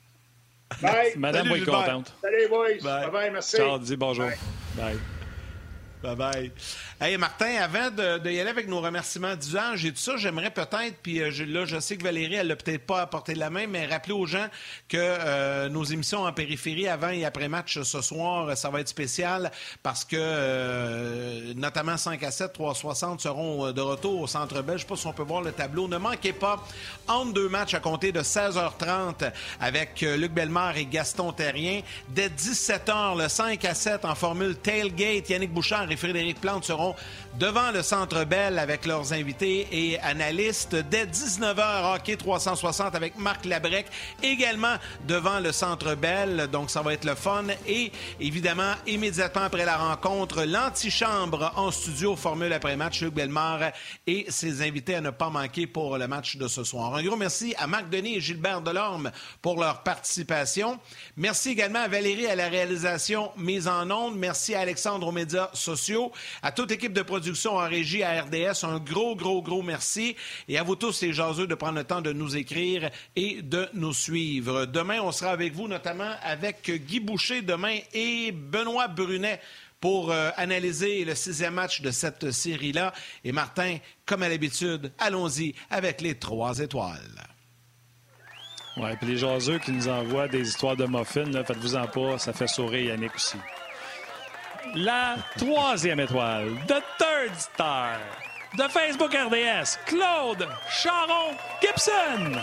Bye. Madame va être contente. Salut, boys. Bye. Bye, bye, merci. Ciao, dis bonjour. Bye. Bye. Bye bye. Hey, Martin, avant de, de y aller avec nos remerciements d'usage et tout ça, j'aimerais peut-être, puis euh, je, là, je sais que Valérie, elle l'a peut-être pas apporté de la main, mais rappeler aux gens que euh, nos émissions en périphérie avant et après match ce soir, ça va être spécial parce que euh, notamment cinq à sept, trois soixante seront de retour au Centre Bell. Je ne sais pas si on peut voir le tableau. Ne manquez pas, entre deux matchs à compter de seize heures trente avec Luc Bellemare et Gaston Terrien. Dès dix-sept heures, le cinq à sept en formule Tailgate, Yannick Bouchard et Frédéric Plante seront devant le Centre Bell avec leurs invités et analystes. Dès dix-neuf heures, hockey trois cent soixante avec Marc Labrec, également devant le Centre Bell. Donc, ça va être le fun. Et évidemment, immédiatement après la rencontre, l'antichambre en studio, formule après-match, Luc Bellemare et ses invités à ne pas manquer pour le match de ce soir. Un gros merci à Marc Denis et Gilbert Delorme pour leur participation. Merci également à Valérie à la réalisation mise en onde. Merci à Alexandre aux médias sociaux, à toute équipe de production en régie à R D S. Un gros, gros, gros merci. Et à vous tous, les jaseux, de prendre le temps de nous écrire et de nous suivre. Demain, on sera avec vous, notamment avec Guy Boucher demain et Benoît Brunet pour euh, analyser le sixième match de cette série-là. Et Martin, comme à l'habitude, allons-y avec les trois étoiles. Oui, puis les jaseux qui nous envoient des histoires de muffins, là, faites-vous-en pas, ça fait sourire Yannick aussi. La troisième étoile, The Third Star, de Facebook R D S, Claude Charon-Gibson.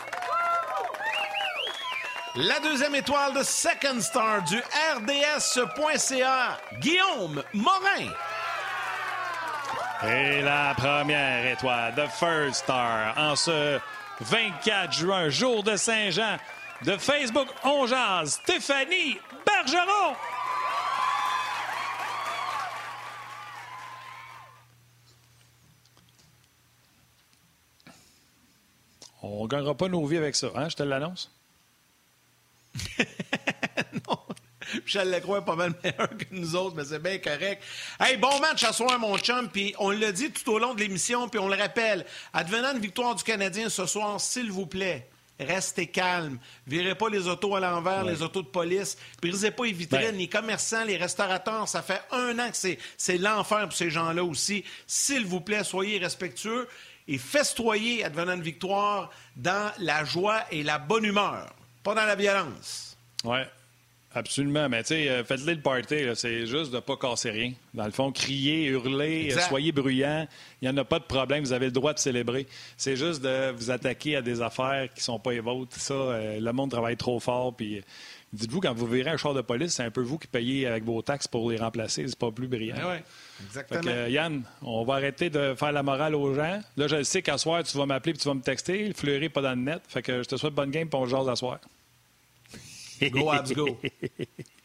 La deuxième étoile de Second Star du R D S point C A, Guillaume Morin. Et la première étoile, The First Star, en ce vingt-quatre juin, jour de Saint-Jean, de Facebook On Jase, Stéphanie Bergeron. On ne gagnera pas nos vies avec ça, hein? Je te l'annonce. Non, Michel Lacroix est pas mal meilleur que nous autres, mais c'est bien correct. Hey, bon match à soir, mon chum, puis on l'a dit tout au long de l'émission, puis on le rappelle. Advenant une victoire du Canadien ce soir, s'il vous plaît, restez calme. Virez pas les autos à l'envers, ouais. les autos de police. Brisez pas les vitrines, ben... les commerçants, les restaurateurs. Ça fait un an que c'est, c'est l'enfer pour ces gens-là aussi. S'il vous plaît, soyez respectueux et festoyez, advenant une victoire, dans la joie et la bonne humeur. Pas dans la violence. Oui, absolument. Mais tu sais, euh, faites-le le party. Là. C'est juste de ne pas casser rien. Dans le fond, criez, hurlez, euh, soyez bruyants. Il n'y en a pas de problème. Vous avez le droit de célébrer. C'est juste de vous attaquer à des affaires qui ne sont pas les vôtres. Ça, euh, le monde travaille trop fort. Puis, dites-vous, quand vous verrez un char de police, c'est un peu vous qui payez avec vos taxes pour les remplacer. C'est pas plus brillant. Oui, exactement. Fait que, Yann, on va arrêter de faire la morale aux gens. Là, je sais qu'à soir, tu vas m'appeler et tu vas me texter. Fleury pas dans le net. Fait que je te souhaite bonne game et on jase à soir. Go Habs, go!